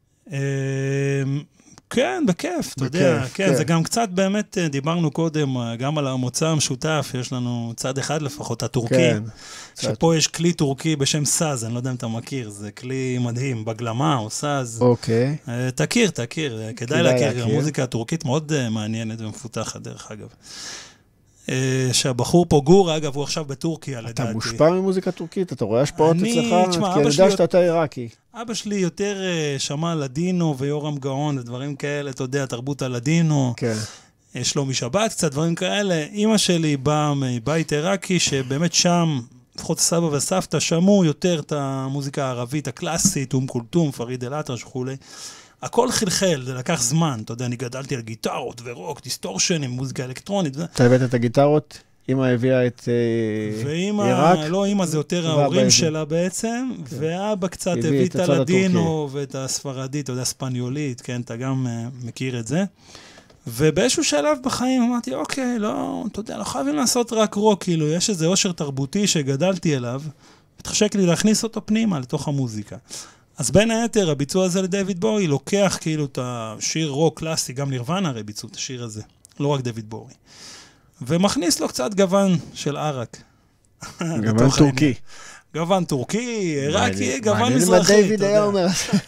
כן, בכיף, אתה יודע. כן, זה גם קצת באמת, דיברנו קודם, גם על המוצא המשותף, יש לנו צד אחד לפחות, הטורקי, שפה יש כלי טורקי בשם סאז, אני לא יודע אם אתה מכיר, זה כלי מדהים, בגלמה או סאז. אוקיי. תכיר, כדאי להכיר, המוזיקה הטורקית מאוד מעניינת ומפותחת דרך אגב. שהבחור פה גור, אגב, הוא עכשיו בטורקיה, לדעתי. אתה מושפע ממוזיקה טורקית? אתה רואה השפעות אצלך? תשמע, כי אני יודע שאתה יותר עיראקי. אבא שלי יותר שמע לדינו ויורם גאון, ודברים כאלה, אתה יודע, תרבות הלדינו. כן. שלומי שבת, קצת דברים כאלה. אמא שלי באה מבית עיראקי, שבאמת שם, לפחות סבא וסבתא, שמעו יותר את המוזיקה הערבית הקלאסית, כולתום, פריד אל-אטרש וכולי. הכל חלחל, זה לקח זמן, אתה יודע, אני גדלתי על גיטרות ורוק, דיסטורשנים, מוזיקה אלקטרונית. אתה הבאת את הגיטרות? אמא הביאה את עיראק? לא, אמא זה יותר ההורים שלה בעצם, ואבא קצת הביא את הלדינו ואת הספרדית, אתה יודע, ספניולית, כן, אתה גם מכיר את זה. ובאיזשהו שלב בחיים אמרתי, אוקיי, לא, אתה יודע, לא חייבים לעשות רק רוק, כאילו, יש איזה עושר תרבותי שגדלתי אליו, התחשק לי להכניס אותו פנימה לתוך המוזיקה. אז בין היתר, הביצוע הזה לדייוויד בורי לוקח כאילו את השיר רוק קלאסי, גם נירוונה הרי ביצעו את השיר הזה, לא רק דייוויד בורי. ומכניס לו קצת גוון של ערק. גוון טורקי. גוון טורקי, עיראקי, גוון מזרחי. מעניין מה דיוויד היה אומר.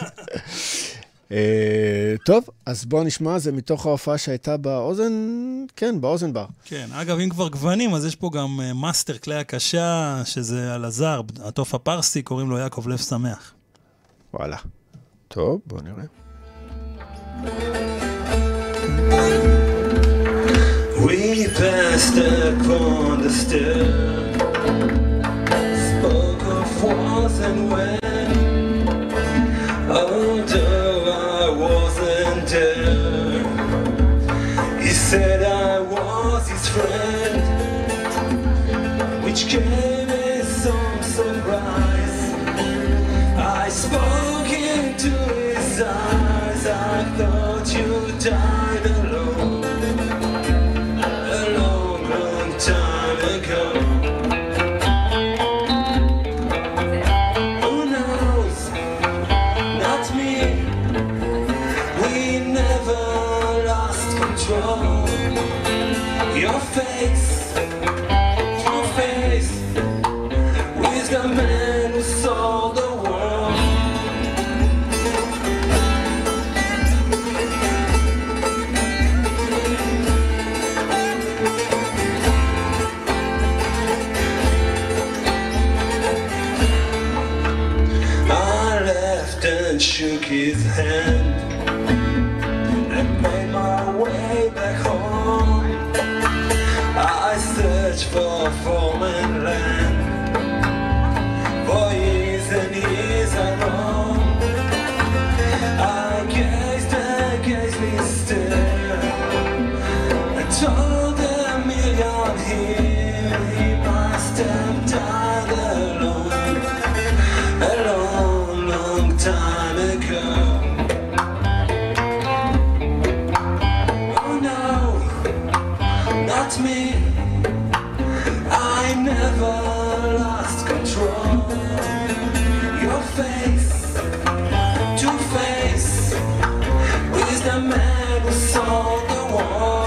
טוב, אז בואו נשמע, זה מתוך ההופעה שהייתה באוזן, כן, באוזן בר. כן, אגב, אם כבר גוונים, אז יש פה גם מאסטר כלי הקשה, שזה על הזר, התוף הפרסי, קוראים לו יעקב לב שמח. וואלה. טוב, בואו נראה. We passed upon the stair, spoke of was and when, although I wasn't there. He said I was his friend, which gave me some surprise. I spoke into his eyes, I thought you died alone. Time ago. Who knows? Not me. We never lost control. Your face, with the man who saw the world. Shook his hand and made my way back home. I searched for foreign land, for years and years I roamed. I gazed me still, and told a million here he must have died alone, a long time ago. Oh no, not me. I never lost control. Your face, two-face, with the man who saw the wall.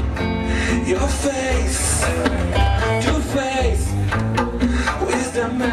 Your face, two-face, with the man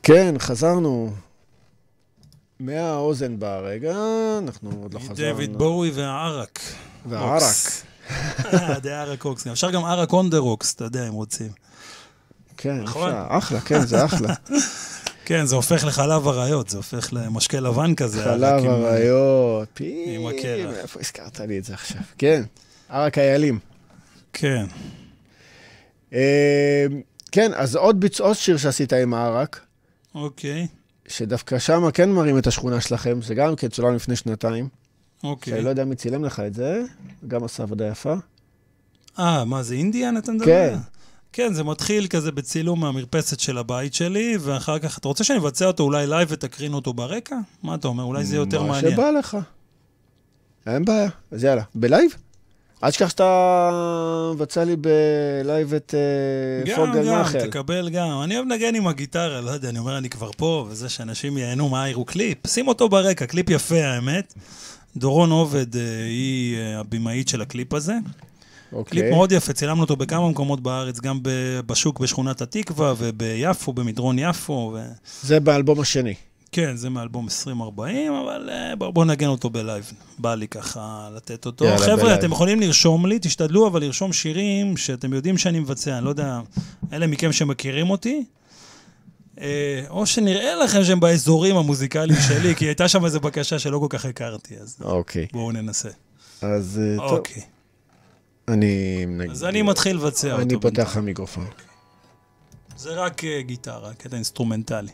כן, חזרנו. מהאוזן ברגע, אנחנו עוד לא חזרנו. דויד בואי והערק. והערק. דה ערק אוקס. אפשר גם ערק אונדר אוקס, אתה יודע, אם רוצים. כן, אפשר. אחלה, כן, זה אחלה. כן, זה הופך לחלב אריות, זה הופך למשקה לבן כזה. חלב אריות, עם הקרח. איפה הזכרת לי את זה עכשיו? כן, ערק איילים. כן. כן, אז עוד שיר שעשית עם הערק. אוקיי. שדווקא שם כן מראים את השכונה שלכם, זה גם כן צולם לפני 2 אוקיי. שאני לא יודע מי צילם לך את זה, גם עשה עבודה יפה. מה, זה אינדיאן אתה מדבר? כן. כן, זה מתחיל כזה בצילום מהמרפסת של הבית שלי, ואחר כך, אתה רוצה שאני אבצע אותו אולי לייב ותקרין אותו ברקע? מה אתה אומר? אולי זה יותר מעניין. מה שבא לך. אין בעיה, אז יאללה. בלייב? עד שכח שאתה מבצע לי בלייב את פוגל נחל. גם, תקבל גם. אני אוהב נגן עם הגיטרה, לא יודע, אני אומר, אני כבר פה, וזה שאנשים ייהנו מהירו קליפ. שים אותו ברקע, קליפ יפה, האמת. דורון עובד היא הבמאית של הקליפ הזה. קליפ מאוד יפה, צילמנו אותו בכמה מקומות בארץ, גם בשוק בשכונת התקווה, וביפו, במדרון יפו. זה באלבום השני. כן, זה מאלבום 2040, אבל בואו נגן אותו בלייב. בא לי ככה לתת אותו. חבר'ה, אתם יכולים לרשום לי, תשתדלו, אבל לרשום שירים שאתם יודעים שאני מבצע. אני לא יודע, אלה מכם שמכירים אותי, או שנראה לכם שהם באזורים המוזיקליים שלי, כי הייתה שם איזו בקשה שלא כל כך הכרתי, אז בואו ננסה. אז טוב. אז אני מתחיל לבצע אותו. אני פותח המיקרופון. זה רק גיטרה, קטע אינסטרומנטלי.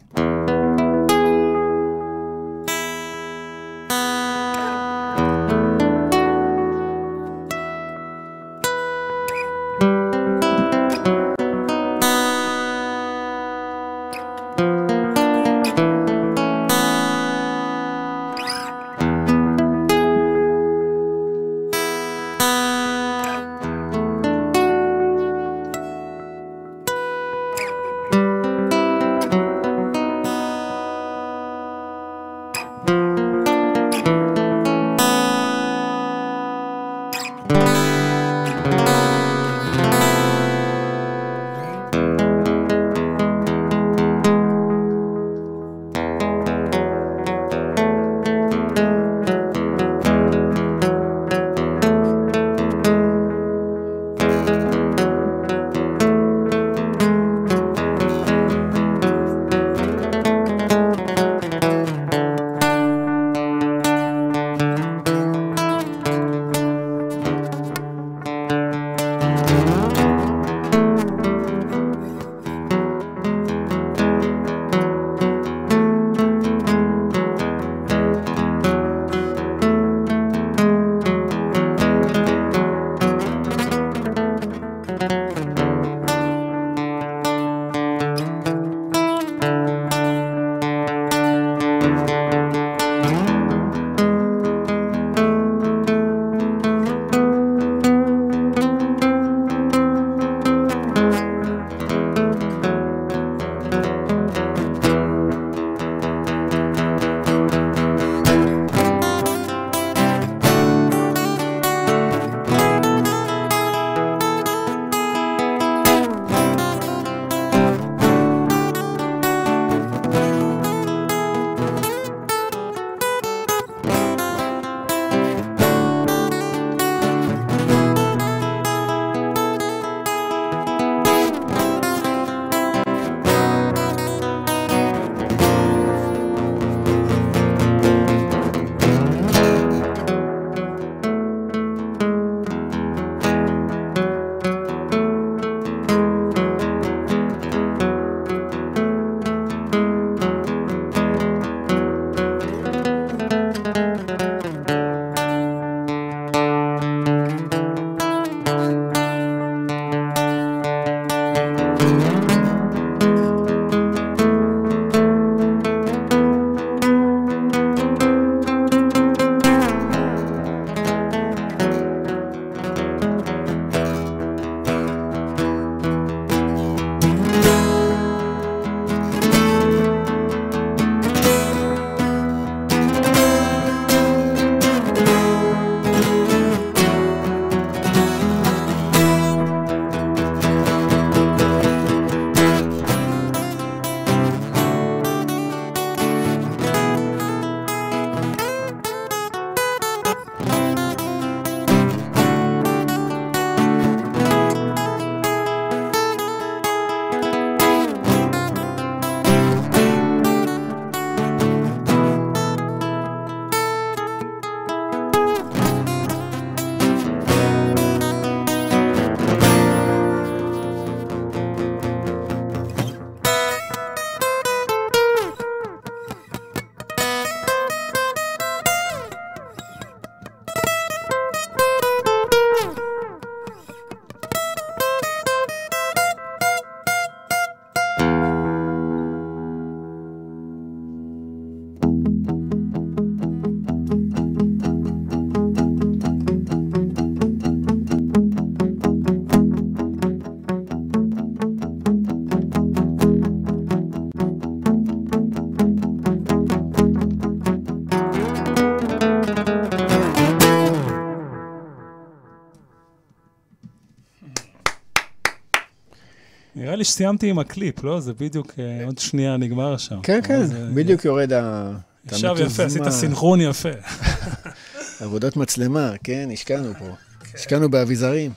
לי שסיימתי עם הקליפ, לא? זה בדיוק עוד שנייה נגמר שם. כן, כן, בדיוק יורד עכשיו יפה, עשית סינכרון יפה. עבודת מצלמה, כן, השקענו פה. השקענו באביזרים.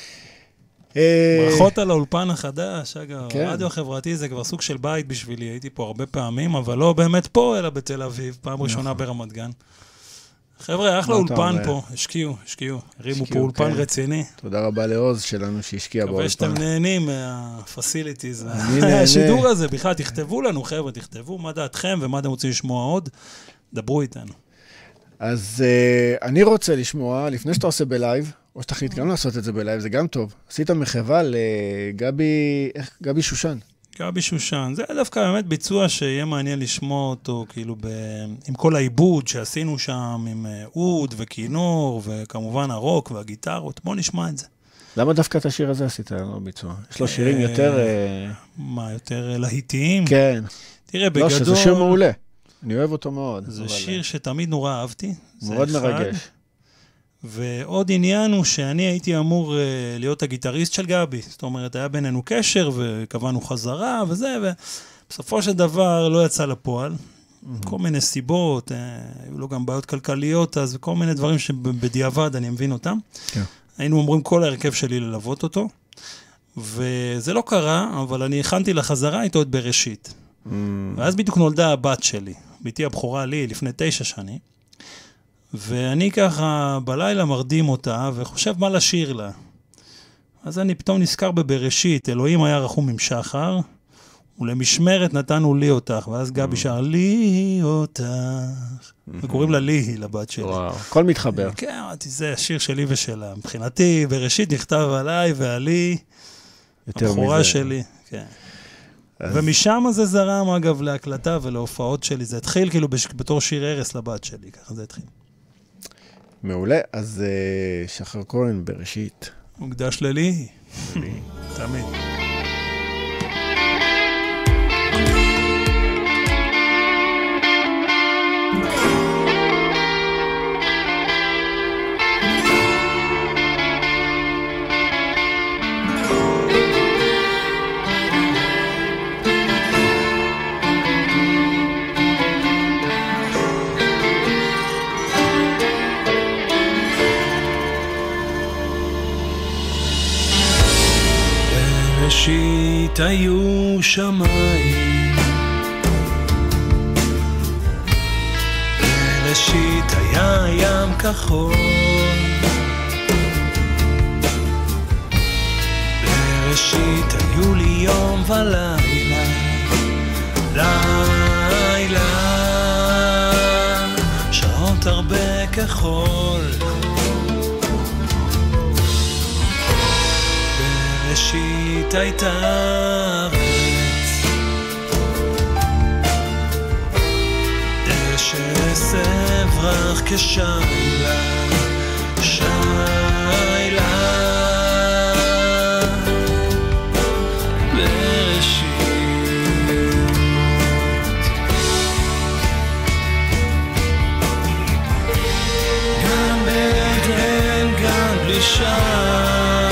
ברכות על האולפן החדש, אגב, הרדיו החברתי זה כבר סוג של בית בשבילי, הייתי פה הרבה פעמים, אבל לא באמת פה, אלא בתל אביב, פעם ראשונה ברמת גן. חבר'ה, אחלה אולפן פה, השקיעו, הרימו פה אולפן רציני. תודה רבה לעוז שלנו שהשקיע באולפן. מקווה שאתם נהנים מהפסיליטיז, השידור הזה, בכלל, תכתבו לנו, חבר'ה, תכתבו מה דעתכם ומה אתם רוצים לשמוע עוד, דברו איתנו. אז אני רוצה לשמוע, לפני שאתה עושה בלייב, או שתחליט גם לעשות את זה בלייב, זה גם טוב. עשית מחווה לגבי שושן. גבי שושן, זה דווקא באמת ביצוע שיהיה מעניין לשמוע אותו, כאילו עם כל העיבוד שעשינו שם, עם אוד וכינור, וכמובן הרוק והגיטרות, בוא נשמע את זה. למה דווקא את השיר הזה עשית לו ביצוע? יש לו שירים יותר... מה, יותר להיטיים? כן. תראה, בגדול... לא, שזה שיר מעולה. אני אוהב אותו מאוד. זה שיר שתמיד נורא אהבתי. מאוד מרגש. ועוד עניין הוא שאני הייתי אמור להיות הגיטריסט של גבי. זאת אומרת, היה בינינו קשר וקבענו חזרה וזה, ובסופו של דבר לא יצא לפועל. כל מיני סיבות, היו לו גם בעיות כלכליות, אז כל מיני דברים שבדיעבד אני מבין אותם. היינו אומרים כל ההרכב שלי ללוות אותו, וזה לא קרה, אבל אני הכנתי לחזרה איתו את בראשית. ואז בדיוק נולדה הבת שלי, ביתי הבכורה לי לפני 9 שנים, ואני ככה בלילה מרדים אותה, וחושב מה לשיר לה. אז אני פתאום נזכר בבראשית, אלוהים היה רחום עם שחר, ולמשמרת נתנו לי אותך, ואז גבי שר לי אותך, וקוראים לה לי, לבת שלי. וואו, הכל מתחבר. כן, זה השיר שלי ושלה. מבחינתי, בראשית נכתב עליי ועלי, הבכורה שלי, כן. ומשם זה זרם, אגב, להקלטה ולהופעות שלי. זה התחיל כאילו בתור שיר ערס לבת שלי, ככה זה התחיל. מעולה, אז שחר כהן בראשית. מוקדש ללי. תמיד. בראשית היו שמיים, בראשית היה ים כחול, בראשית היו לי יום ולילה, לילה, שעות הרבה כחול. בראשית הייתה ארץ, דשא עשב רך כשיילה, שיילה. בראשית גם בעדן, גם בלי שער,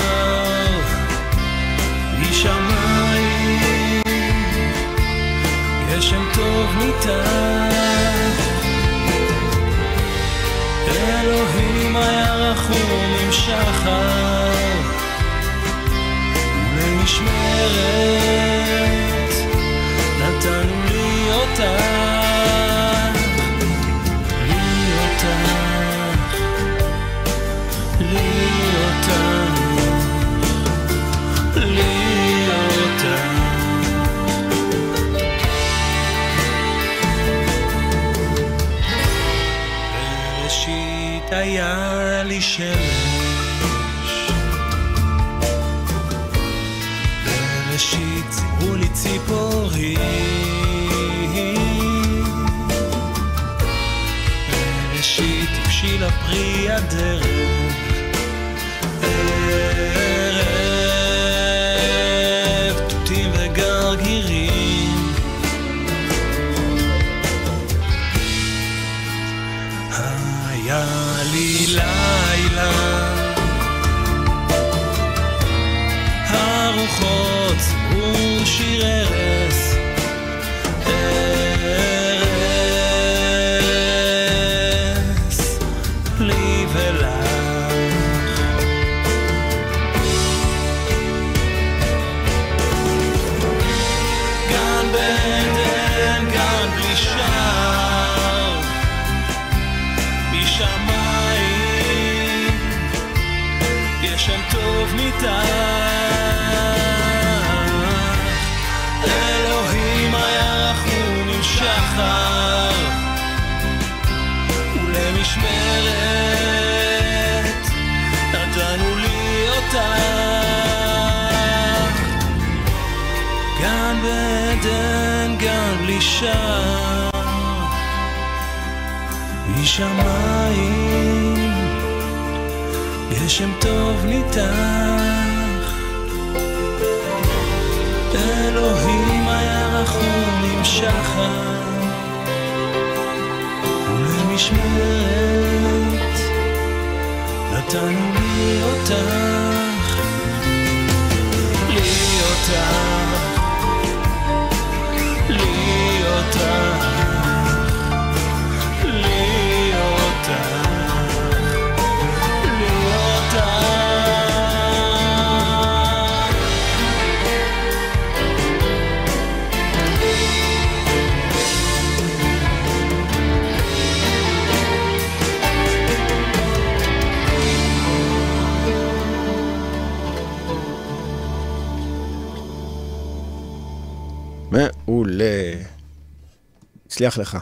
משמיים גשם טוב ניתן, אלוהים היה רחום עם שחר, ולמשמרת נתנו לי אותך, לי אותך, לי אותך, לי אותך. בראשית היה לי שמש, בראשית ציפרו לי ציפורים, בראשית הבשילה פרי הדרך, ערב תותים וגרגירים, היה לי לילה, הרוחות ציפרו שיר ערס, ערס לי ולך. גן בעדן, גן בלי שער, משמיים גשם טוב ניתן. אלוהים היה רחום עם שחר, ולמשמרת נתנו לי אותה. גן בעדן, גן בלי שער, משמיים גשם טוב ניתח. אלוהים היה רחום עם שחר, ולמשמרת נתנו לי אותך, לי אותך, לי אותך, לי אותך, לי אותך. מעולה. הצליח לך.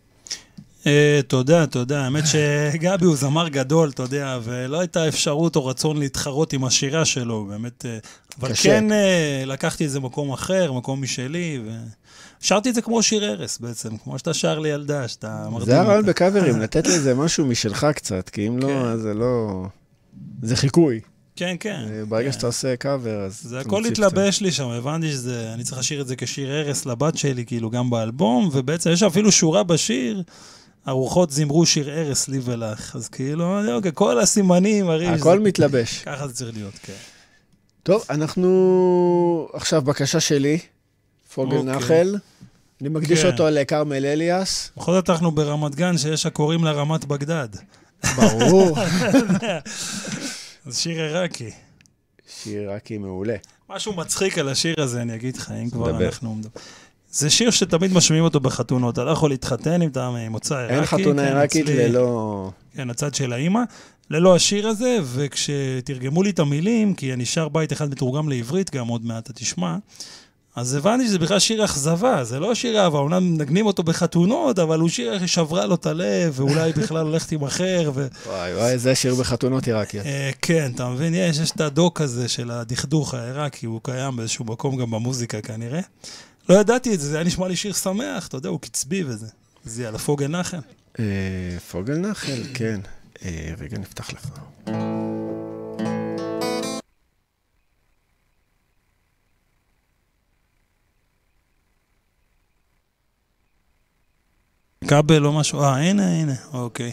תודה, תודה. האמת שגבי הוא זמר גדול, אתה יודע, ולא הייתה אפשרות או רצון להתחרות עם השירה שלו, באמת. אבל כן לקחתי איזה מקום אחר, מקום משלי, ושרתי את זה כמו שיר ערס בעצם, כמו שאתה שר לי ילדה, שאתה מרדים. זה הרעיון בקאברים, לתת לזה משהו משלך קצת, כי אם לא, זה לא... זה חיקוי. כן, כן. ברגע שאתה עושה קאבר, אז... זה הכל התלבש לי שם, הבנתי שאני צריך לשיר את זה כשיר ערס לבת שלי, כאילו גם באלבום, ובעצם יש אפילו שורה בשיר, הרוחות זמרו שיר ערס לי ולך, אז כאילו, כל הסימנים, הכל מתלבש. ככה זה צריך להיות, כן. טוב, אנחנו... עכשיו בקשה שלי, פוגל נחל, אני מקדיש אותו לקרמל אליאס. בכל זאת אנחנו ברמת גן, שיש הקוראים לה רמת בגדד. ברור. אז שיר עיראקי. שיר עיראקי מעולה. משהו מצחיק על השיר הזה, אני אגיד לך, אם כבר אנחנו... זה שיר שתמיד משמיעים אותו בחתונות, אתה לא יכול להתחתן אם אתה מוצא עיראקי. אין חתונה עיראקית ללא... כן, הצד של האמא, ללא השיר הזה, וכשתרגמו לי את המילים, כי אני שר בית אחד מתורגם לעברית, גם עוד מעט אתה תשמע, אז הבנתי שזה בכלל שיר אכזבה, זה לא שיר אהבה, אומנם נגנים אותו בחתונות, אבל הוא שיר ששברה לו את הלב, ואולי בכלל הולכת עם אחר. וואי, וואי, זה שיר בחתונות עיראקיות. כן, אתה מבין, יש את הדוק הזה של הדכדוך העיראקי, הוא קיים באיזשהו מקום גם במוזיקה כנראה. לא ידעתי את זה, זה היה נשמע לי שיר שמח, אתה יודע, הוא קצבי וזה. זה יאללה, פוגל נחל. פוגל נחל, כן. רגע, נפתח לך. כבל או משהו, הנה, אוקיי.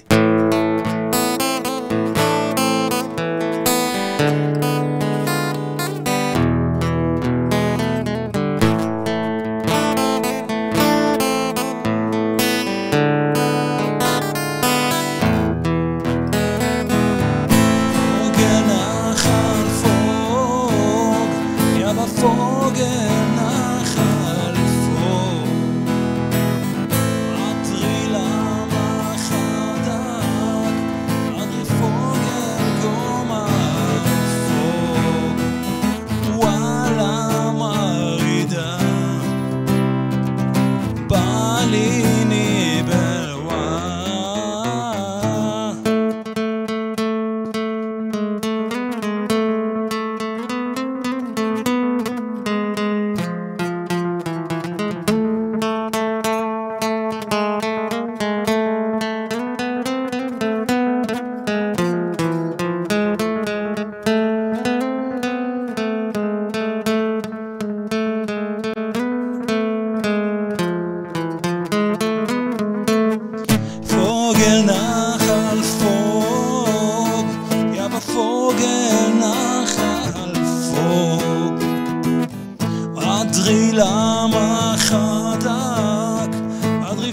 Vogel nach Alfog, Adri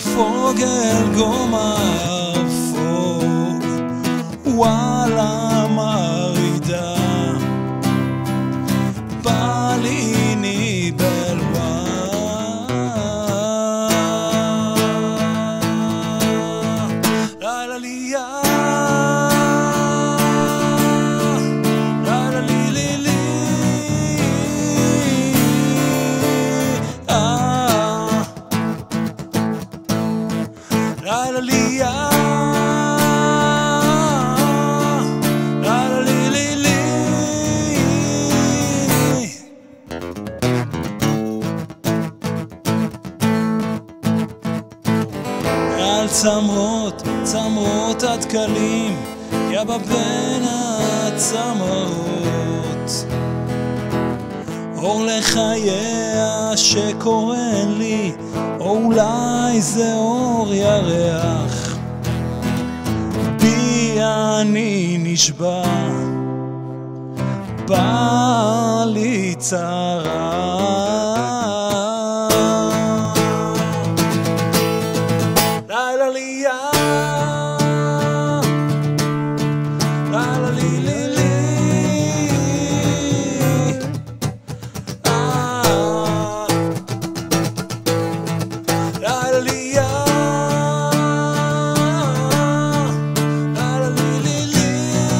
פוגל גומר פוג וואלה מרידה בליני בלווה לילה ליה לילה לי לי לי לילה ליה לילה לי לי לי על צמרות, צמרות הדקלים יבא בין הצמרות אור לחייה שקורן לי או אולי זה אור ירח בי אני נשבע בא לי צרה לילה ליה לילה לי לי לי לילה ליה לילה לי לי לי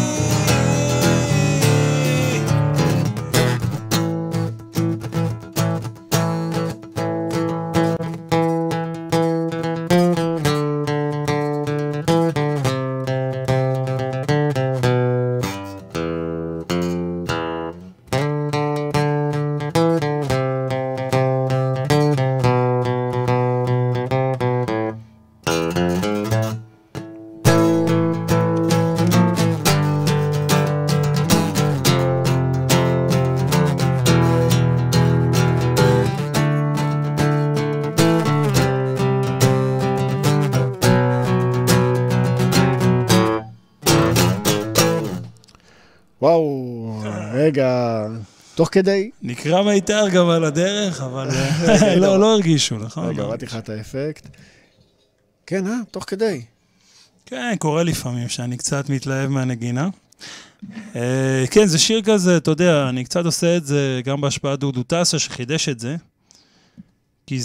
וואו, רגע, תוך כדי. נקרא מיתר גם על הדרך, אבל לא הרגישו, נכון? רגע, ראיתי לך את האפקט. כן, תוך כדי. כן, קורה לפעמים שאני קצת מתלהב מהנגינה. כן, זה שיר כזה, אתה יודע, אני קצת עושה את זה גם בהשפעת דודו טסה שחידש את זה, כי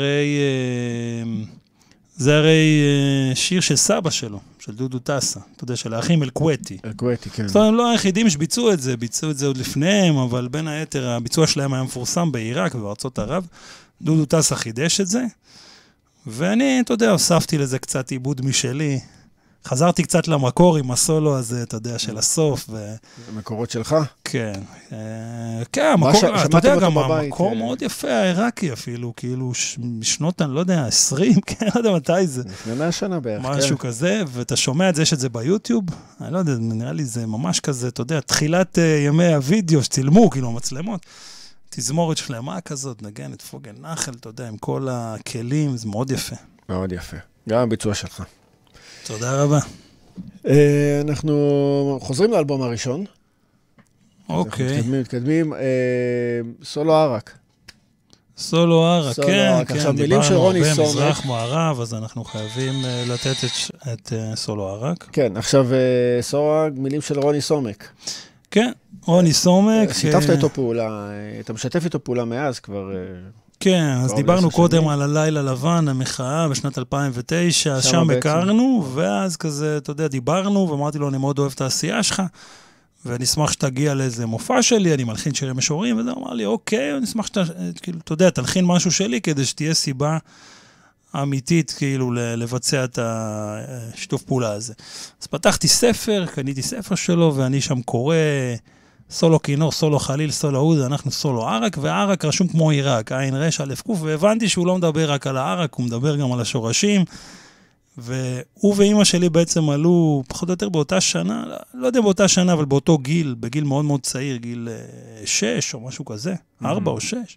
זה הרי שיר של סבא שלו, של דודו טסה, אתה יודע, של האחים אלקווטי. אלקווטי, כן. זאת אומרת, הם לא היחידים שביצעו את זה, ביצעו את זה עוד לפניהם, אבל בין היתר, הביצוע שלהם היה מפורסם בעיראק ובארצות ערב. דודו טסה חידש את זה, ואני, אתה יודע, הוספתי לזה קצת עיבוד משלי. חזרתי קצת למקור עם הסולו הזה, אתה יודע, של הסוף. המקורות שלך? כן. כן, המקור, אתה יודע, גם המקור מאוד יפה, העיראקי אפילו, כאילו, משנות, אני לא יודע, 20, כן, לא יודע מתי זה. לפני 100 שנה בערך, כן. משהו כזה, ואתה שומע את זה שזה ביוטיוב, אני לא יודע, נראה לי זה ממש כזה, אתה יודע, תחילת ימי הוידאו שצילמו, כאילו, מצלמות. תזמורת שלמה כזאת, נגן את פוגל נחל, אתה יודע, עם כל הכלים, זה מאוד יפה. מאוד יפה. גם הביצוע שלך. תודה רבה. אנחנו חוזרים לאלבום הראשון. אוקיי. מתקדמים. סולו ערק. סולו ערק, כן. עכשיו, מילים של רוני סומק. דיברנו הרבה מזרח מערב, אז אנחנו חייבים לתת את סולו ערק. כן, עכשיו סולו ערק, מילים של רוני סומק. כן, רוני סומק. שיתפת איתו פעולה, אתה משתף איתו פעולה מאז כבר... כן, אז דיברנו קודם על הלילה לבן, המחאה בשנת 2009, שם הכרנו, ואז כזה, אתה יודע, דיברנו, ואמרתי לו, אני מאוד אוהב את העשייה שלך, ואני אשמח שתגיע לאיזה מופע שלי, אני מלחין שירי משוררים, וזה אמר לי, אוקיי, אני אשמח שאתה, כאילו, אתה יודע, תלחין משהו שלי, כדי שתהיה סיבה אמיתית, כאילו, לבצע את השיתוף פעולה הזה. אז פתחתי ספר, קניתי ספר שלו, ואני שם קורא... סולו כינור, סולו חליל, סולו עוד, אנחנו סולו ערק, והערק רשום כמו עיראק, עין רש, א' קוף, והבנתי שהוא לא מדבר רק על הערק, הוא מדבר גם על השורשים, והוא ואמא שלי בעצם עלו פחות או יותר באותה שנה, לא יודע באותה שנה, אבל באותו גיל, בגיל מאוד מאוד צעיר, גיל 6 או משהו כזה, 4 או 6,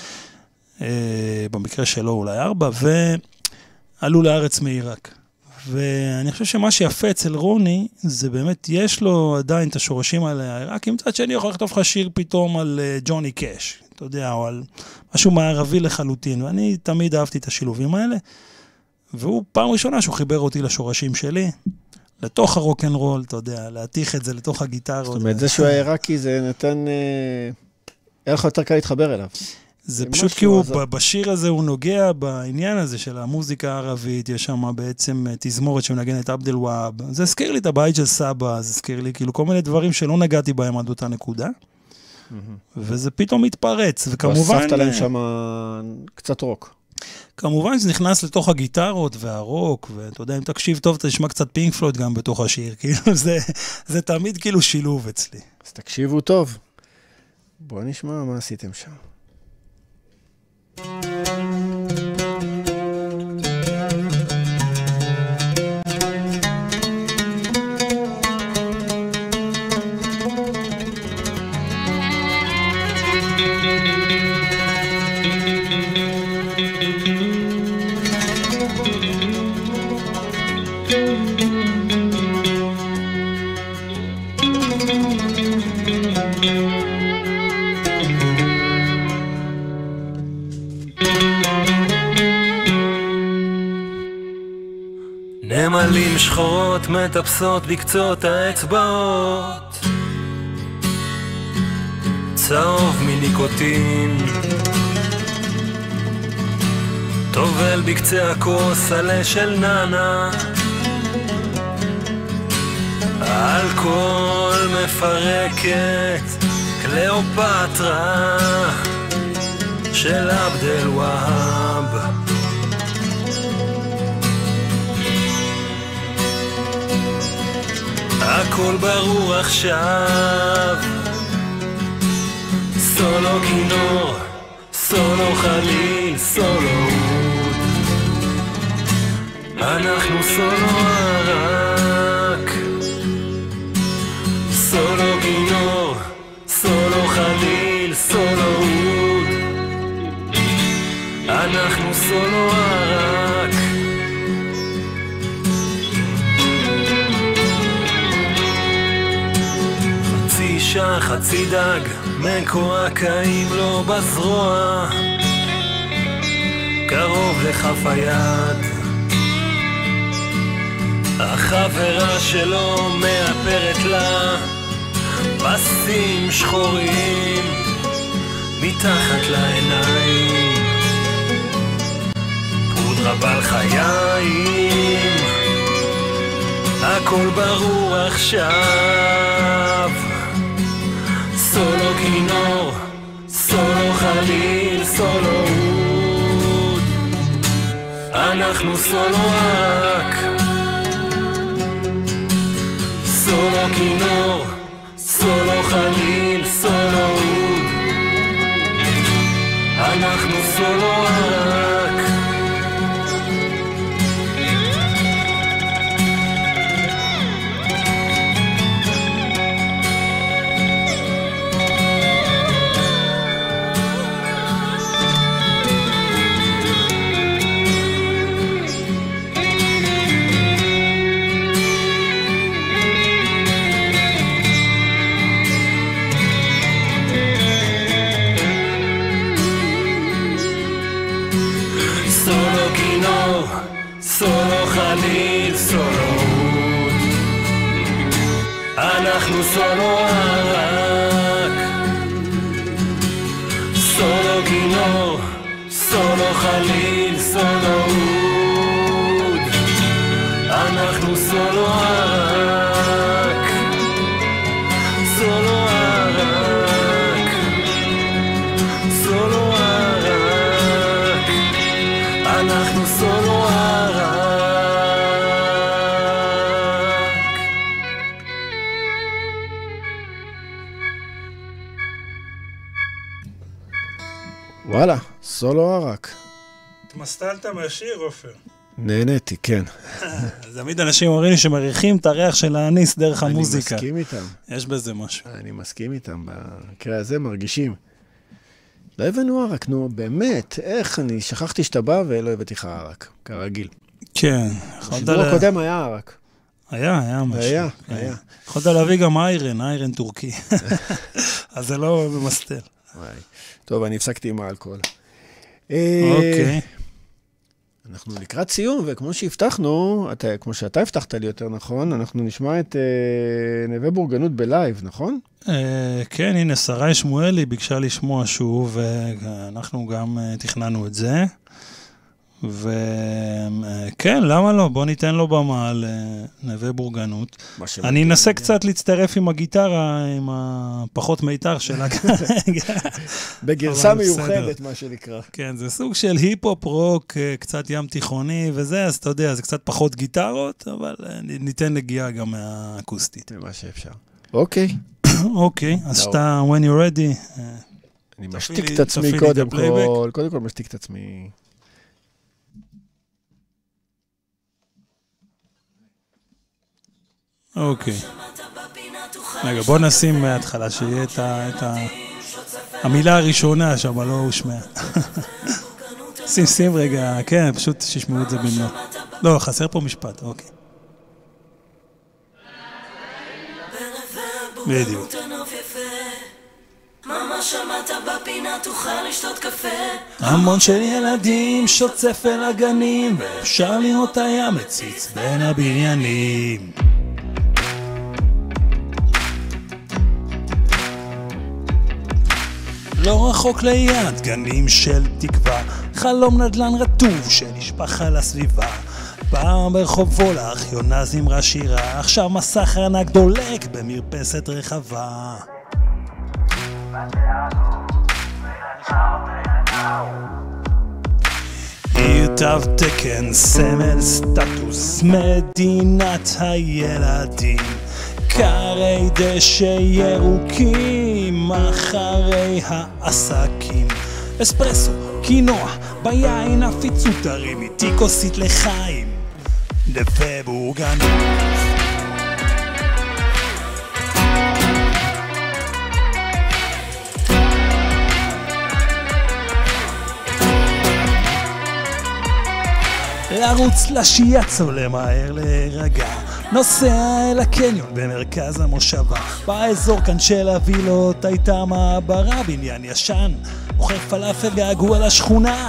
במקרה שלו אולי 4, ועלו לארץ מעיראק. ואני חושב שמה שיפה אצל רוני, זה באמת, יש לו עדיין את השורשים האלה העיראקים, מצד שני יכול לכתוב לך שיר פתאום על ג'וני קאש, אתה יודע, או על משהו מערבי לחלוטין, ואני תמיד אהבתי את השילובים האלה, והוא פעם ראשונה שהוא חיבר אותי לשורשים שלי, לתוך הרוק'נ'רול, אתה יודע, להתיך את זה לתוך הגיטרות. זאת אומרת, זה שהוא היה עיראקי, זה נתן... היה לך יותר קל להתחבר אליו. זה פשוט כי הוא, בשיר הזה הוא נוגע בעניין הזה של המוזיקה הערבית, יש שם בעצם תזמורת שמנגנת עבד אל-והאב, זה הזכיר לי את הבית של סבא, זה הזכיר לי כאילו כל מיני דברים שלא נגעתי בהם עד אותה נקודה, וזה פתאום מתפרץ, וכמובן... והוספת להם שם קצת רוק. כמובן זה נכנס לתוך הגיטרות והרוק, ואתה יודע, אם תקשיב טוב, אתה נשמע קצת פינק פלויד גם בתוך השיר, כאילו זה תמיד כאילו שילוב אצלי. אז תקשיבו טוב. בואו נשמע מה עשיתם שם. נמלים שחורות מטפסות בקצות האצבעות, צהוב מניקוטין טובל בקצה הכוס עלה של ננה, אלכוהול מפרקת קליאופטרה של עבד אל-והאב. הכל ברור עכשיו, סולו כינור, סולו חליל, סולו אוד, אנחנו סולו ערק, סולו כינור, סולו חליל, סולו אוד, אנחנו סולו ערק. חצי דג, מקועקעים לו בזרוע, קרוב לכף היד, החברה שלו מאפרת לה פסים שחורים מתחת לעיניים, פודרה בלחיים, הכל ברור עכשיו, סולו כינור, סולו חליל, סולו אוד, אנחנו סולו ערק, סולו כינור, סולו חליל, סולו אוד, אנחנו סולו ערק. סולו חליל, סולו אוד, אנחנו סולו ערק, סולו כינור, סולו חליל, סולו אוד, אנחנו סולו ערק, סולו ערק, סולו ערק, אנחנו סולו ערק. וואלה, סולו ערק. התמסטלת מהשיר, עופר. נהניתי, כן. תמיד אנשים אומרים לי שמריחים את הריח של האניס דרך המוזיקה. אני מסכים איתם. יש בזה משהו. אני מסכים איתם. במקרה הזה מרגישים. לא הבאנו ערק, נו, באמת. איך? אני שכחתי שאתה בא ולא הבאתי לך ערק, כרגיל. כן. בשידור הקודם היה ערק. היה משהו. היה. יכולת להביא גם איירן טורקי. אז זה לא במסטל. טוב, אני הפסקתי עם האלכוהול. אוקיי. אנחנו לקראת סיום, וכמו שהבטחנו, כמו שאתה הבטחת לי יותר נכון, אנחנו נשמע את נווה בורגנות בלייב, נכון? כן, הנה, שרי שמואלי ביקשה לשמוע שוב, ואנחנו גם תכננו את זה. וכן, למה לא? בוא ניתן לו במה על נווה בורגנות. אני אנסה קצת להצטרף עם הגיטרה, עם הפחות מיתר שלה. בגרסה מיוחדת, מה שנקרא. כן, זה סוג של היפ-הופ רוק, קצת ים תיכוני וזה, אז אתה יודע, זה קצת פחות גיטרות, אבל ניתן נגיעה גם מהאקוסטית. מה שאפשר. אוקיי. אוקיי, אז אתה, when you're ready. אני משתיק את עצמי קודם כל. קודם כל משתיק את עצמי. אוקיי. רגע, בוא נשים מההתחלה, שיהיה את המילה הראשונה שם, לא הושמע. שים רגע, כן, פשוט שישמעו את זה במלוא. לא, חסר פה משפט, אוקיי. בדיוק. ממש שמעת בפינה תוכל לשתות קפה. המון של ילדים שוצף אל הגנים, ואפשר לראות הים מציץ בין הבניינים. לא רחוק ליד גנים של תקווה, חלום נדלן רטוב שנשפך על הסביבה. פעם ברחוב וולך יונה זמרה שירה, עכשיו מסך ענק דולק במרפסת רחבה. עיר תו תקן, סמל סטטוס, מדינת הילדים, קרי דשא ירוקים אחרי העסקים, אספרסו, קינוע, ביין הפיצות תרים איתי כוסית לחיים, נווה בורגנות. לרוץ לשיאצו למהר להירגע, נוסע אל הקניון במרכז המושבה, באזור כאן של הווילות הייתה מעברה, בניין ישן, אוכל פלאפל געגוע לשכונה.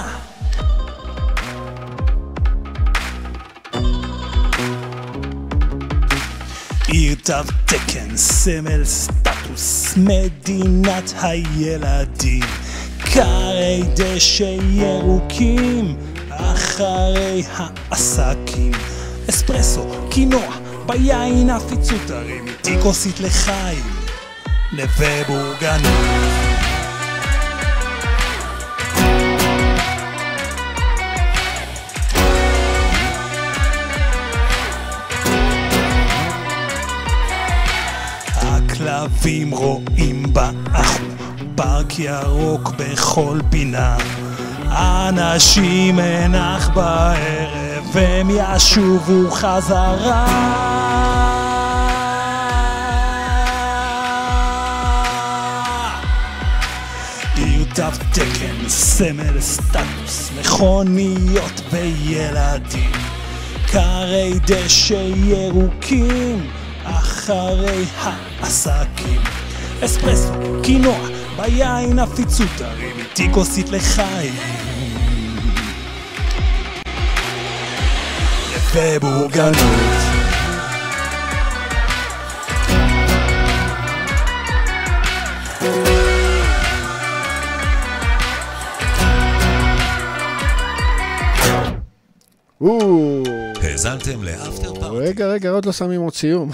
עיר תו תקן, סמל סטטוס, מדינת הילדים, קרי דשא ירוקים אחרי העסקים, אספרסו, קינוע, ביין הפיצות תרים איתי כוסית לחיים, נווה בורגנות. הכלבים רואים באחו, פארק ירוק בכל פינה, אנשים אנח בערב והם ישובו חזרה. עיר תו תקן, סמל סטטוס, מכוניות וילדים, קרי דשא ירוקים אחרי העסקים, אספרסו, קינוע, ביין הפיצות תרים איתי כוסית לחיים, נווה בורגנות. האזנתם לאפטר פארטי. רגע, עוד לא שמים עוד סיום.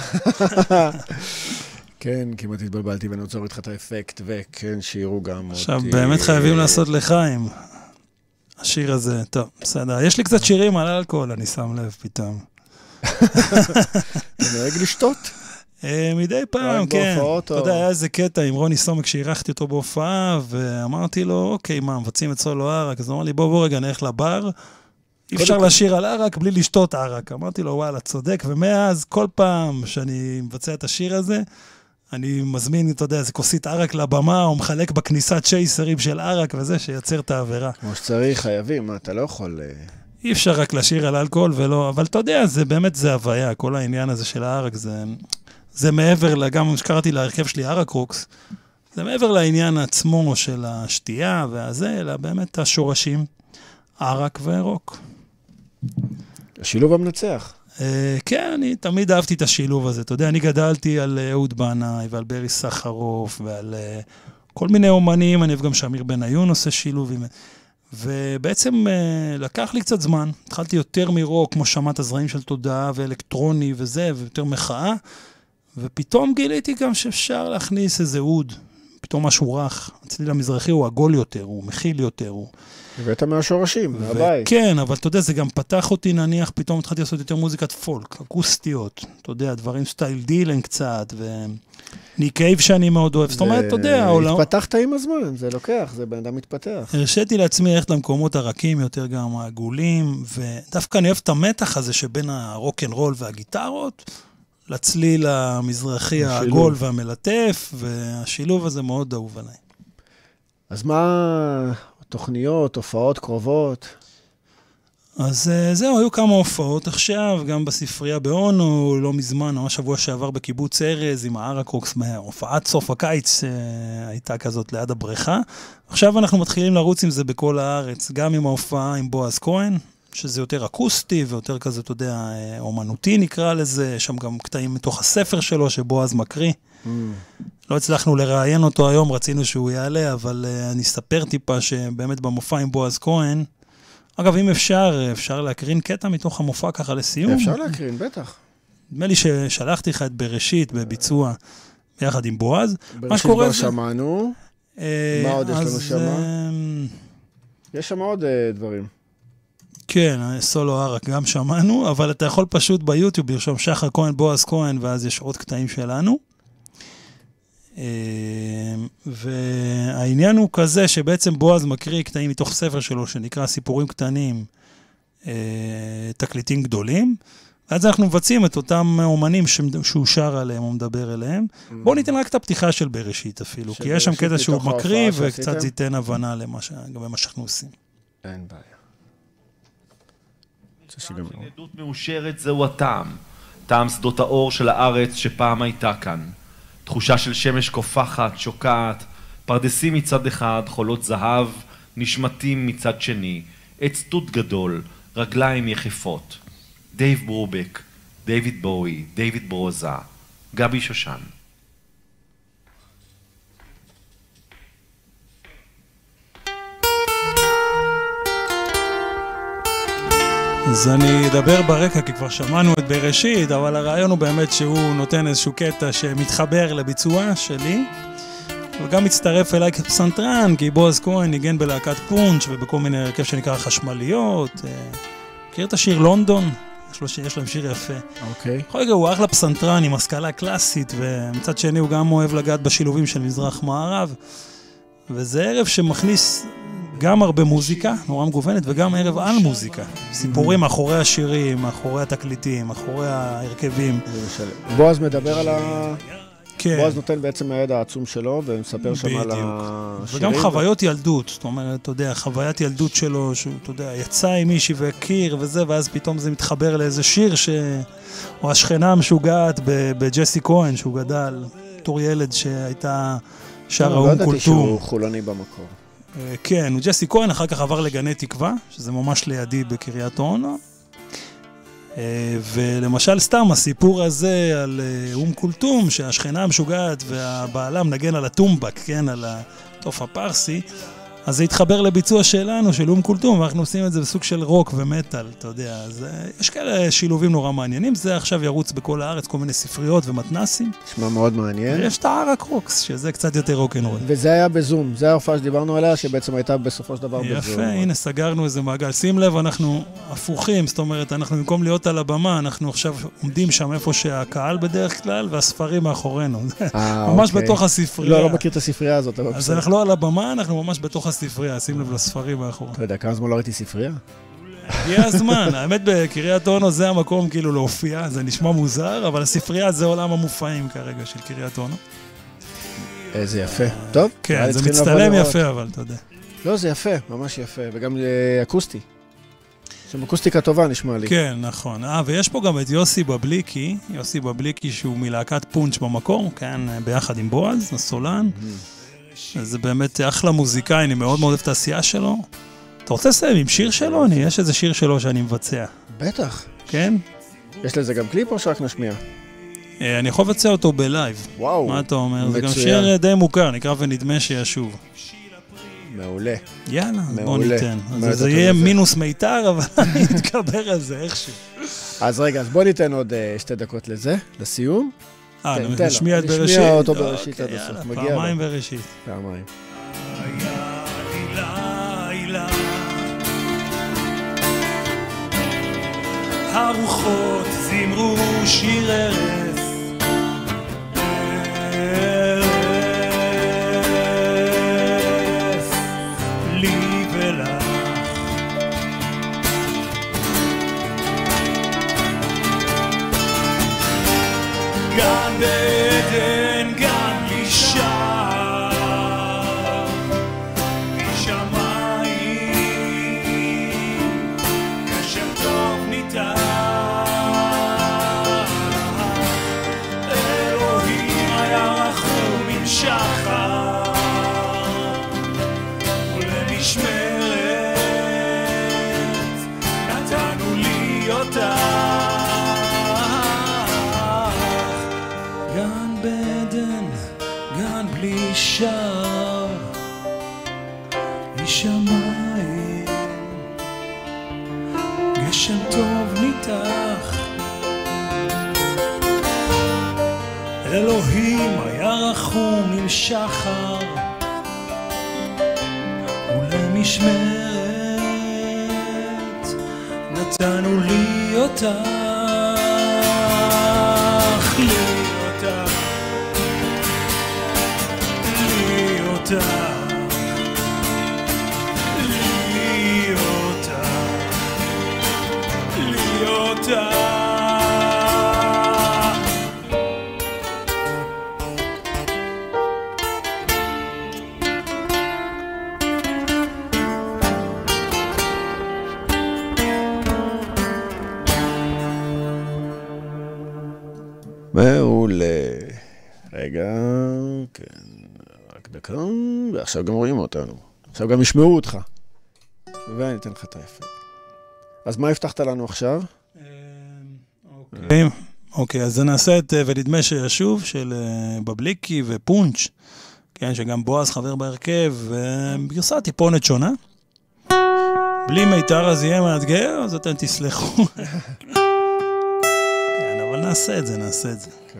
כן, כמעט התבלבלתי ואני רוצה להוריד לך את האפקט, וכן, שירו גם עכשיו, באמת חייבים לעשות לחיים. השיר הזה, טוב, בסדר. יש לי קצת שירים על אלכוהול, אני שם לב פתאום. אתה נוהג לשתות? מדי פעם, כן. אתה יודע, היה איזה קטע עם רוני סומק שהירחתי אותו בהופעה, ואמרתי לו, אוקיי, מה, מבצעים את סולו ערק? אז הוא אמר לי, בוא רגע, נלך לבר. אי אפשר לשיר על ערק בלי לשתות ערק. אמרתי לו, וואלה, צודק, ומאז כל פעם שאני מבצע את השיר הזה, אני מזמין, אתה יודע, איזה כוסית ערק לבמה, או מחלק בכניסת צ'ייסרים של ערק וזה, שיצר את העבירה. כמו שצריך, חייבים, מה, אתה לא יכול... אי אפשר רק לשיר על אלכוהול ולא, אבל אתה יודע, זה באמת, זה הוויה, כל העניין הזה של הערק, זה מעבר, גם שקראתי להרכב שלי ערק רוקס, זה מעבר לעניין עצמו של השתייה והזה, אלא באמת השורשים, ערק ורוק. השילוב המנצח. כן, אני תמיד אהבתי את השילוב הזה. אתה יודע, אני גדלתי על אהוד בנאי ועל ברי סחרוף ועל כל מיני אומנים, אני אוהב גם שמיר בניון עושה שילובים. ובעצם לקח לי קצת זמן. התחלתי יותר מרוק, כמו שמעת הזרעים של תודעה ואלקטרוני וזה, ויותר מחאה. ופתאום גיליתי גם שאפשר להכניס איזה אוד, פתאום משהו רך. הצליל המזרחי הוא עגול יותר, הוא מכיל יותר, הוא... הבאת מהשורשים, מהבית. כן, אבל אתה יודע, זה גם פתח אותי, נניח, פתאום התחלתי לעשות יותר מוזיקת פולק, אקוסטיות, אתה יודע, דברים סטייל דילן קצת, וניקייב שאני מאוד אוהב, זאת אומרת, אתה יודע, העולם... התפתחת עם הזמן, זה לוקח, זה בן אדם מתפתח. הרשיתי לעצמי ללכת למקומות הרכים, יותר גם העגולים, ודווקא אני אוהב את המתח הזה שבין הרוק-אנד-רול והגיטרות, לצליל המזרחי העגול והמלטף, והשילוב הזה מאוד אהוב עליי. אז מה תוכניות, הופעות קרובות? אז זהו, היו כמה הופעות עכשיו, גם בספרייה באונו, לא מזמן, ממש שבוע שעבר בקיבוץ ארז, עם הארקרוקס, הופעת סוף הקיץ הייתה כזאת ליד הבריכה. עכשיו אנחנו מתחילים לרוץ עם זה בכל הארץ, גם עם ההופעה עם בועז כהן, שזה יותר אקוסטי ויותר כזה, אתה יודע, אומנותי נקרא לזה, שם גם קטעים מתוך הספר שלו שבועז מקריא. לא הצלחנו לראיין אותו היום, רצינו שהוא יעלה, אבל אני אספר טיפה שבאמת במופע עם בועז כהן, אגב, אם אפשר להקרין קטע מתוך המופע ככה לסיום. אפשר להקרין, בטח. נדמה לי ששלחתי לך את בראשית בביצוע ביחד עם בועז. בראשית כבר שמענו. מה עוד יש לנו שמה? יש שם עוד דברים. כן, סולו ערק גם שמענו, אבל אתה יכול פשוט ביוטיוב לרשום שחר כהן, בועז כהן, ואז יש עוד קטעים שלנו. והעניין הוא כזה שבעצם בועז מקריא קטעים מתוך ספר שלו שנקרא סיפורים קטנים, תקליטים גדולים, ואז אנחנו מבצעים את אותם אומנים שהוא שר עליהם או מדבר אליהם. בואו ניתן רק את הפתיחה של בראשית אפילו, כי יש שם קטע שהוא מקריא וקצת ייתן הבנה לגבי מה שאנחנו עושים. אין בעיה. עדות מאושרת זהו הטעם, טעם שדות האור של הארץ שפעם הייתה כאן. תחושה של שמש קופחת, שוקעת, פרדסים מצד אחד, חולות זהב, נשמתים מצד שני, עץ תות גדול, רגליים יחפות. דייב ברובק, דיוויד בואי, דיוויד ברוזה, גבי שושן. אז אני אדבר ברקע, כי כבר שמענו את בראשית, אבל הרעיון הוא באמת שהוא נותן איזשהו קטע שמתחבר לביצוע שלי, וגם מצטרף אליי כפסנתרן, כי בועז כהן ניגן בלהקת פונץ' ובכל מיני הרכב שנקרא חשמליות. מכיר את השיר לונדון? יש להם שיר יפה. אוקיי. בכל רגע הוא אחלה פסנתרן עם השכלה קלאסית, ומצד שני הוא גם אוהב לגעת בשילובים של מזרח מערב, וזה ערב שמכניס גם הרבה מוזיקה, נורא מגוונת, וגם ערב על מוזיקה. סיפורים מאחורי השירים, מאחורי התקליטים, מאחורי ההרכבים. בועז מדבר על כן. בועז נותן בעצם הידע העצום שלו, ומספר שם על השירים. וגם חוויות ילדות, זאת אומרת, אתה יודע, חוויית ילדות שלו, שהוא, אתה יודע, יצא עם מישהי והכיר וזה, ואז פתאום זה מתחבר לאיזה שיר או השכנה המשוגעת בג'סי כהן, שהוא גדל, בתור ילד שהייתה שרה אום קולטום. לא ידעתי שהוא חולני במקור. כן, הוא ג'סי כהן, אחר כך עבר לגני תקווה, שזה ממש לידי בקריית אונו. ולמשל סתם הסיפור הזה על אום קולטום, שהשכנה המשוגעת והבעלה מנגן על הטומבק, כן, על התוף הפרסי, אז זה התחבר לביצוע שלנו, של אום קולטום, ואנחנו עושים את זה בסוג של רוק ומטל, אתה יודע, אז יש כאלה שילובים נורא מעניינים, זה עכשיו ירוץ בכל הארץ, כל מיני ספריות ומתנסים. נשמע מאוד מעניין. ויש את הארקרוקס, שזה קצת יותר רוק-אנד-רול. וזה היה בזום, זה ההופעה שדיברנו עליה, שבעצם הייתה בסופו של דבר בזום. יפה, הנה, סגרנו איזה מעגל. שים לב, אנחנו הפוכים, זאת אומרת, אנחנו במקום להיות על הבמה, אנחנו עכשיו עומדים שם איפה שהקהל בדרך כלל, והספרים מאחורינו. ממש בתוך הספרייה. לא מכיר את הספרייה הזאת. אז אנחנו לא על הבמה, אנחנו ממש בתוך הספרייה, שים לב לספרים מאחור. אתה יודע, כמה זמן לא ראיתי ספרייה? הגיע הזמן, האמת בקריית אונו זה המקום כאילו להופיע, זה נשמע מוזר, אבל הספרייה זה עולם המופעים כרגע של קריית אונו. איזה יפה. טוב. כן, זה מצטלם יפה, אבל אתה יודע. לא, זה יפה, ממש יפה, וגם אקוסטי. שם אקוסטיקה טובה נשמע לי. כן, נכון. ויש פה גם את יוסי בבליקי שהוא מלהקת פונץ' במקור, כן, ביחד עם בועז, הסולן. זה באמת אחלה מוזיקאי, אני מאוד מאוד אוהב את העשייה שלו. אתה רוצה לסיים עם שיר שלו? יש איזה שיר שלו שאני מבצע. בטח. כן? יש לזה גם קליפ או שרק נשמיע? אני יכול לבצע אותו בלייב. וואו. מה אתה אומר? זה גם שיר די מוכר, נקרא ונדמה שישוב. מעולה. יאללה, בוא ניתן. זה יהיה מינוס מיתר, אבל אני אתקבר על זה איכשהו. אז רגע, אז בוא ניתן עוד 2 דקות לזה, לסיום. נשמיע את בראשית. נשמיע אותו בראשית עד הסוף. פעמיים בראשית. פעמיים. הרוחות זמרו שיר ערב, ערב לי ולך. גן בעדן, גן בלי שער, משמיים גשם טוב ניתן. שחר ולמשמרת נתנו לי אותך. גן בדן, גן בלי שער, משמיים גשם טוב ניתך. אלוהים היה רחום עם שחר ולמשמרת נתנו לי אותך, לי אותך, לי אותך, לי אותך, לי אותך. מעולה. רגע, כן, רק דקה, ועכשיו גם רואים אותנו. עכשיו גם ישמעו אותך. ואני אתן לך את האפקט. אז מה הבטחת לנו עכשיו? אוקיי, אז נעשה את ונדמה שישוב של בבליקי ופונץ', כן, שגם בועז חבר בהרכב, בגרסה טיפונת שונה. בלי מיתר אז יהיה מאתגר, אז אתם תסלחו. כן, אבל נעשה את זה, נעשה את זה. כן.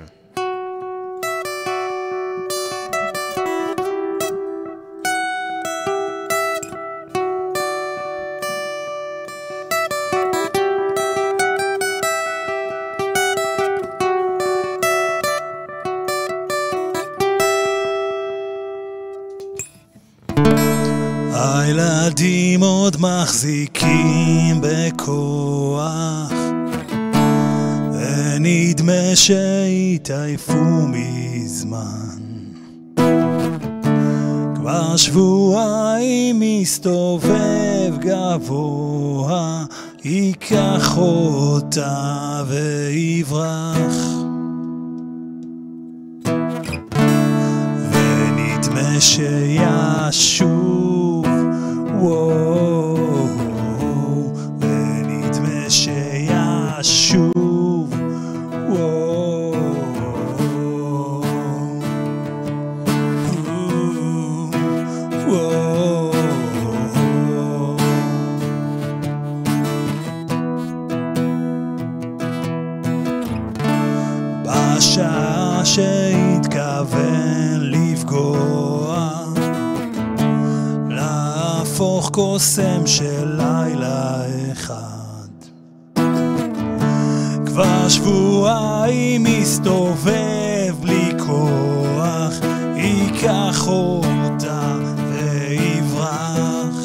הילדים עוד מחזיקים בכוח ונדמה שהתעייפו מזמן, כבר שבועיים מסתובב גבוה, ייקח אותה ויברח, ונדמה שישוב, ונדמה שישוב, בשעה שהתכוון לפגוע, להפוך קוסם של לילה אחד, כבר שבועיים מסתובב בלי כוח, ייקח אותה ויברח,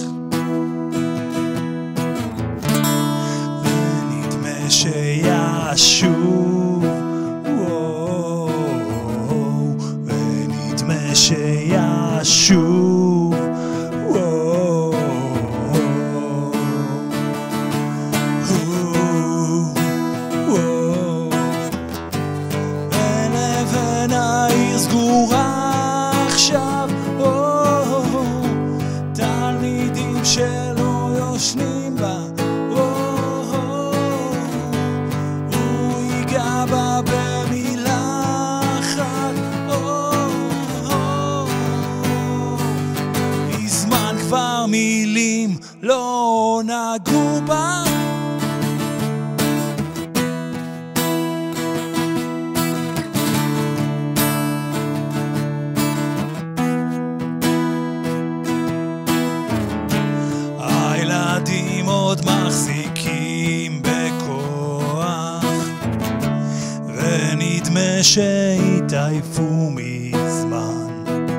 ונדמה שישוב, ונדמה שישוב, ולבן העיר סגורה עכשיו, תלמידים שלא לא נגעו בה. הילדים עוד מחזיקים בכוח ונדמה שהתעייפו מזמן,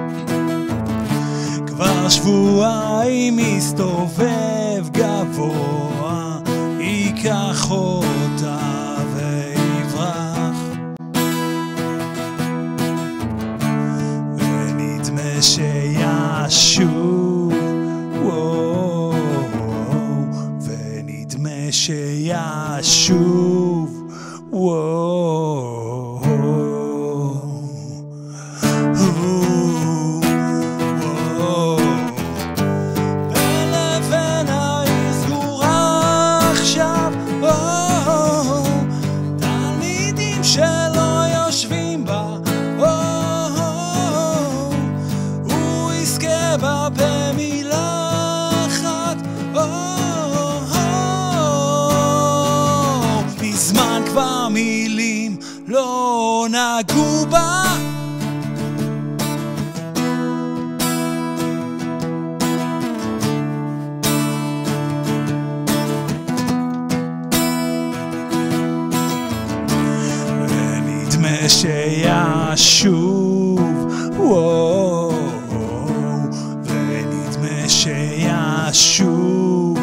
כבר שבועיים מסתובב גבוה, ייקח אותה ויברח, ונדמה שישוב, ונדמה שישוב, בלבן העיר סגורה עכשיו, תלמידים שלא יושבים בה, הוא יזכה בה במילה אחת, מזמן כבר מילים לא נגעו בה. ונדמה שישוב, ונדמה שישוב,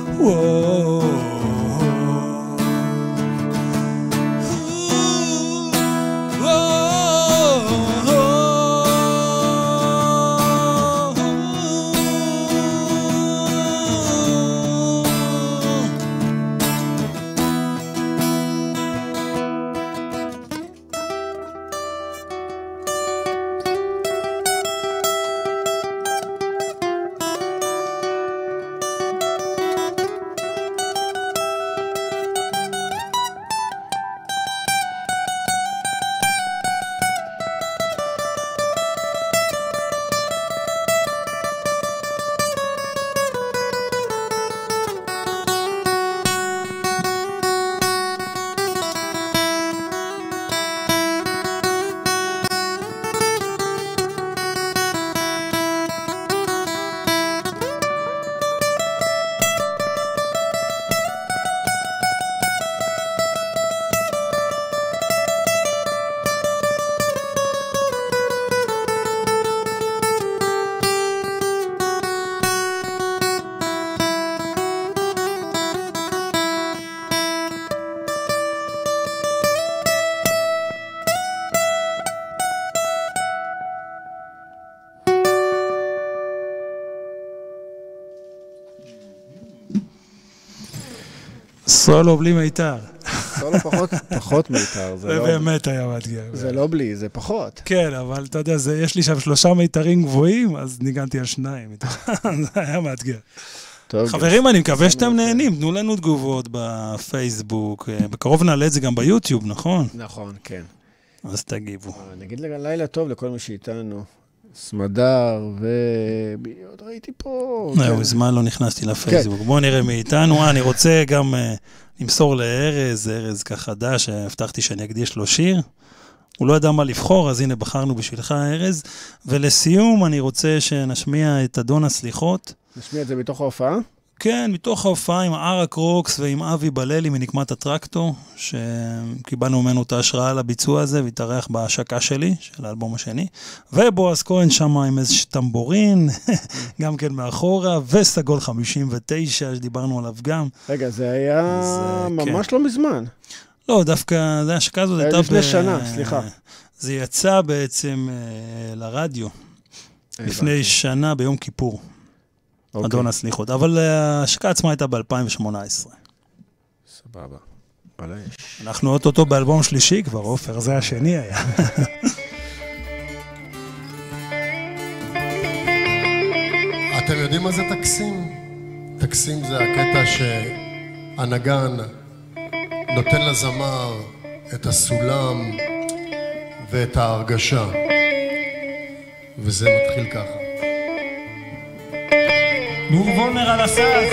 סולו בלי מיתר. סולו פחות מיתר. זה באמת היה מאתגר. זה לא בלי, זה פחות. כן, אבל אתה יודע, יש לי שם 3 מיתרים גבוהים, אז ניגנתי על 2. זה היה מאתגר. חברים, אני מקווה שאתם נהנים, תנו לנו תגובות בפייסבוק, בקרוב נעלה את זה גם ביוטיוב, נכון? נכון, כן. אז תגיבו. נגיד לילה טוב לכל מי שאיתנו. סמדר, ועוד ראיתי פה... זמן לא נכנסתי לפייסבוק. בואו נראה מאיתנו. אני רוצה גם למסור לארז, ארז כחדה, שהבטחתי שאני אקדיש לו שיר. הוא לא ידע מה לבחור, אז הנה בחרנו בשבילך, ארז. ולסיום, אני רוצה שנשמיע את אדון הסליחות. נשמיע את זה בתוך ההופעה? כן, מתוך ההופעה עם ארק רוקס ועם אבי בללי מנקמת הטרקטור, שקיבלנו ממנו את ההשראה לביצוע הזה, והתארח בהשקה שלי, של האלבום השני, ובועז כהן שם עם איזה טמבורין, גם כן מאחורה, וסגול 59, שדיברנו עליו גם. רגע, זה היה ממש לא מזמן. לא, דווקא, ההשקה הזאת הייתה... לפני שנה, סליחה. זה יצא בעצם לרדיו, לפני שנה ביום כיפור. אדון הסליחות, אבל ההשקה עצמה הייתה ב-2018. סבבה, על האש. אנחנו אותו באלבום שלישי כבר, עופר, זה השני היה. אתם יודעים מה זה טקסים? טקסים זה הקטע שהנגן נותן לזמר את הסולם ואת ההרגשה, וזה מתחיל ככה. נור וולנר על הסאס.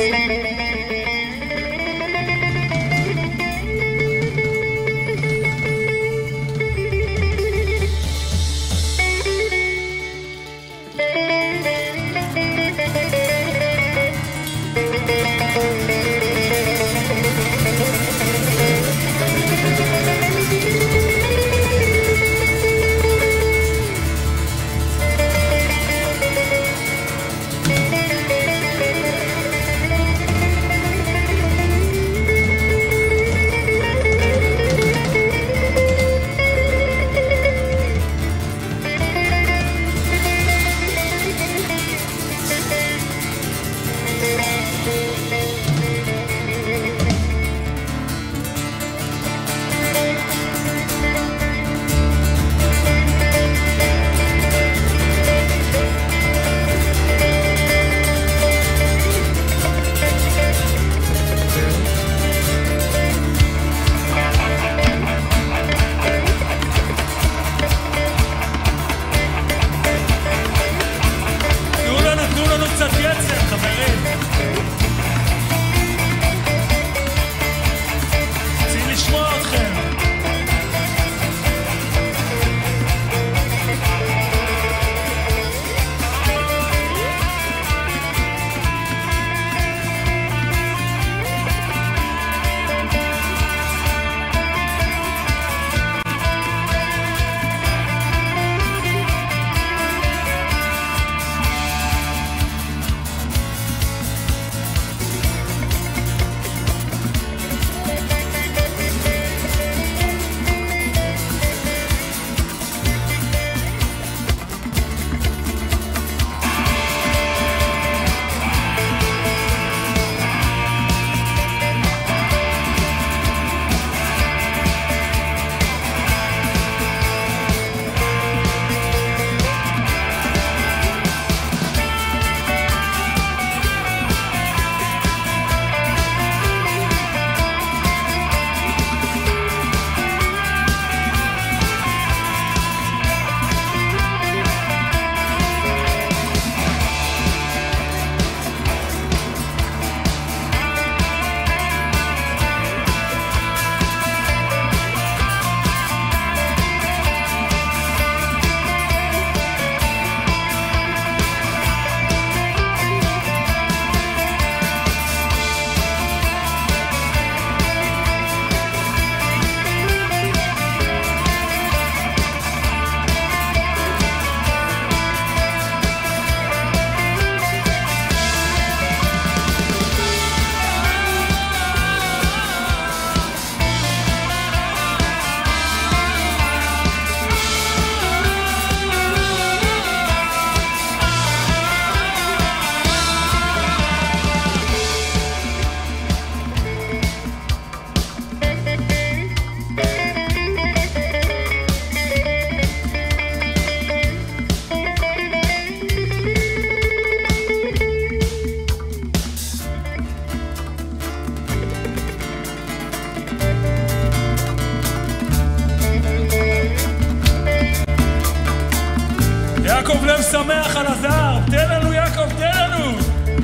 יעקב לב שמח על הזהר, תן לנו יעקב, תן לנו!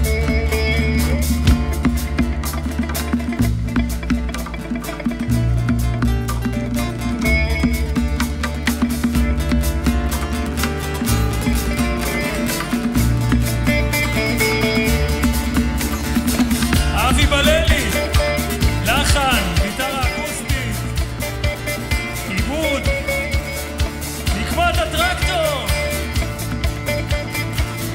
אבי בללי, לחן, גיטרה אקוסטית, עיבוד, נקמת הטרקטור.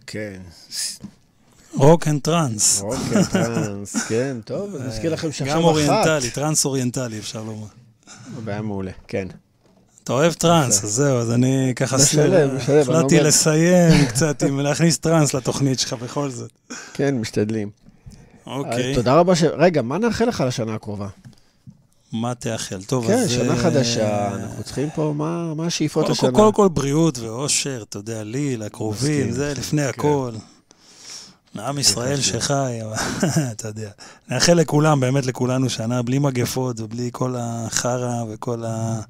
כן. רוק אנד טרנס. רוק אנד טרנס, כן, טוב, אז נזכיר לכם שעכשיו גם אוריינטלי, טרנס אוריינטלי, אפשר לומר. בעיה מעולה, כן. אתה אוהב טרנס, אז זהו, אז אני ככה משלב. החלטתי לסיים קצת, להכניס טרנס לתוכנית שלך בכל זאת. כן, משתדלים. אוקיי. תודה רבה רגע, מה נאחל לך לשנה הקרובה? מה תאחל? טוב, כן, אז... שנה חדשה, אנחנו צריכים פה, מה השאיפות השנה? קודם כל בריאות ואושר, אתה יודע, לי, לקרובים, זה לפני הכל. לעם ישראל שחי, אתה יודע. נאחל לכולם, באמת לכולנו שנה, בלי מגפות ובלי כל החרה וכל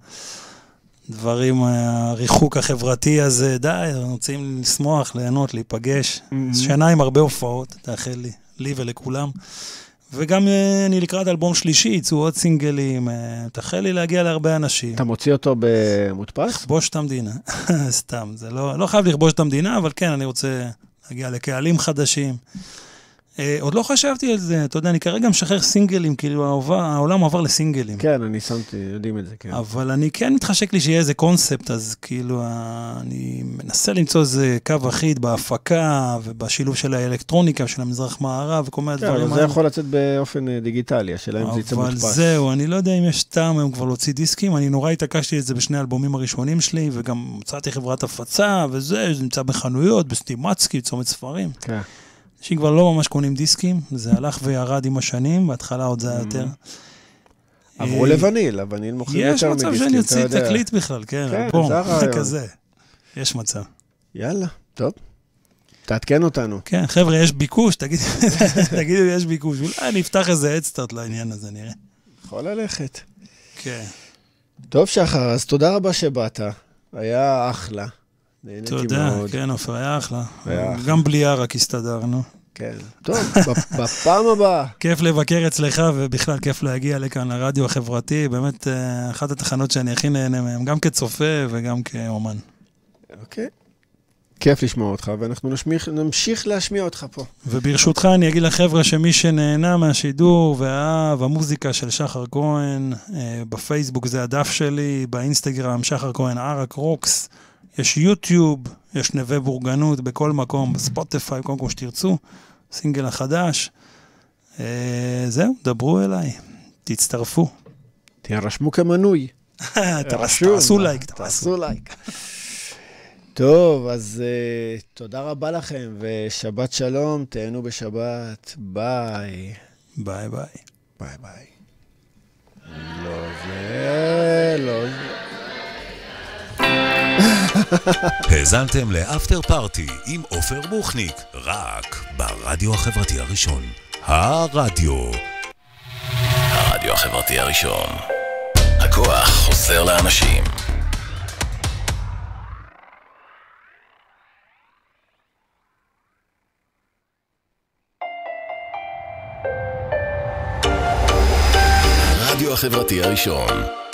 הדברים, הריחוק החברתי הזה, די, רוצים לשמוח, ליהנות, להיפגש. שנה עם הרבה הופעות, תאחל לי ולכולם. וגם אני לקראת אלבום שלישי, יצאו עוד סינגלים, תאחל לי להגיע להרבה אנשים. אתה מוציא אותו במודפס? לכבוש את המדינה, סתם, זה לא חייב לכבוש את המדינה, אבל כן, אני רוצה להגיע לקהלים חדשים. עוד לא חשבתי על זה, אתה יודע, אני כרגע משחרר סינגלים, כאילו העולם עבר לסינגלים. כן, אני שמתי, יודעים את זה, כן. אבל אני כן מתחשק לי שיהיה איזה קונספט, אז כאילו אני מנסה למצוא איזה קו אחיד בהפקה, ובשילוב של האלקטרוניקה, של המזרח מערב, וכל מיני דברים. כן, אבל זה יכול לצאת באופן דיגיטלי, השאלה אם זה יצא מודפס. אבל זהו, אני לא יודע אם יש טעם היום כבר להוציא דיסקים, אני נורא התעקשתי את זה בשני האלבומים הראשונים שלי, וגם מצאתי חברת הפצה, וזה נמצא בחנויות, בסטימצקי, צומת ספרים. כן. שכבר לא ממש קונים דיסקים, זה הלך וירד עם השנים, בהתחלה עוד זה היה יותר. עברו לווניל, הווניל מוכרים יותר מדיסקים. יש מצב שאני אוציא תקליט בכלל, כן, זה הרעיון. כזה. יש מצב. יאללה, טוב. תעדכן אותנו. כן, חבר'ה, יש ביקוש, תגידו, יש ביקוש. אולי אני אפתח איזה אדסטארט לעניין הזה, נראה. יכול ללכת. כן. טוב, שחר, אז תודה רבה שבאת. היה אחלה. תודה, כן, אופר, היה אחלה. גם בלי רק הסתדרנו. כן, טוב, בפעם הבאה. כיף לבקר אצלך, ובכלל כיף להגיע לכאן לרדיו החברתי. באמת, אחת התחנות שאני הכי נהנה מהם, גם כצופה וגם כאומן. אוקיי. כיף לשמוע אותך, ואנחנו נמשיך להשמיע אותך פה. וברשותך אני אגיד לחבר'ה שמי שנהנה מהשידור ואהב המוזיקה של שחר כהן, בפייסבוק זה הדף שלי, באינסטגרם שחר כהן ערק רוקס, יש יוטיוב, יש נווה בורגנות בכל מקום, בספוטיפיי, כל מקום שתרצו, סינגל החדש. זהו, דברו אליי, תצטרפו. תרשמו כמנוי. תעשו לייק. תעשו לייק. טוב, אז תודה רבה לכם, ושבת שלום, תהנו בשבת, ביי. ביי ביי. ביי ביי. לא זה. האזנתם לאפטר פארטי עם עופר בוכניק, רק ברדיו החברתי הראשון. הרדיו החברתי הראשון. הכוח חוזר לאנשים. הרדיו החברתי הראשון.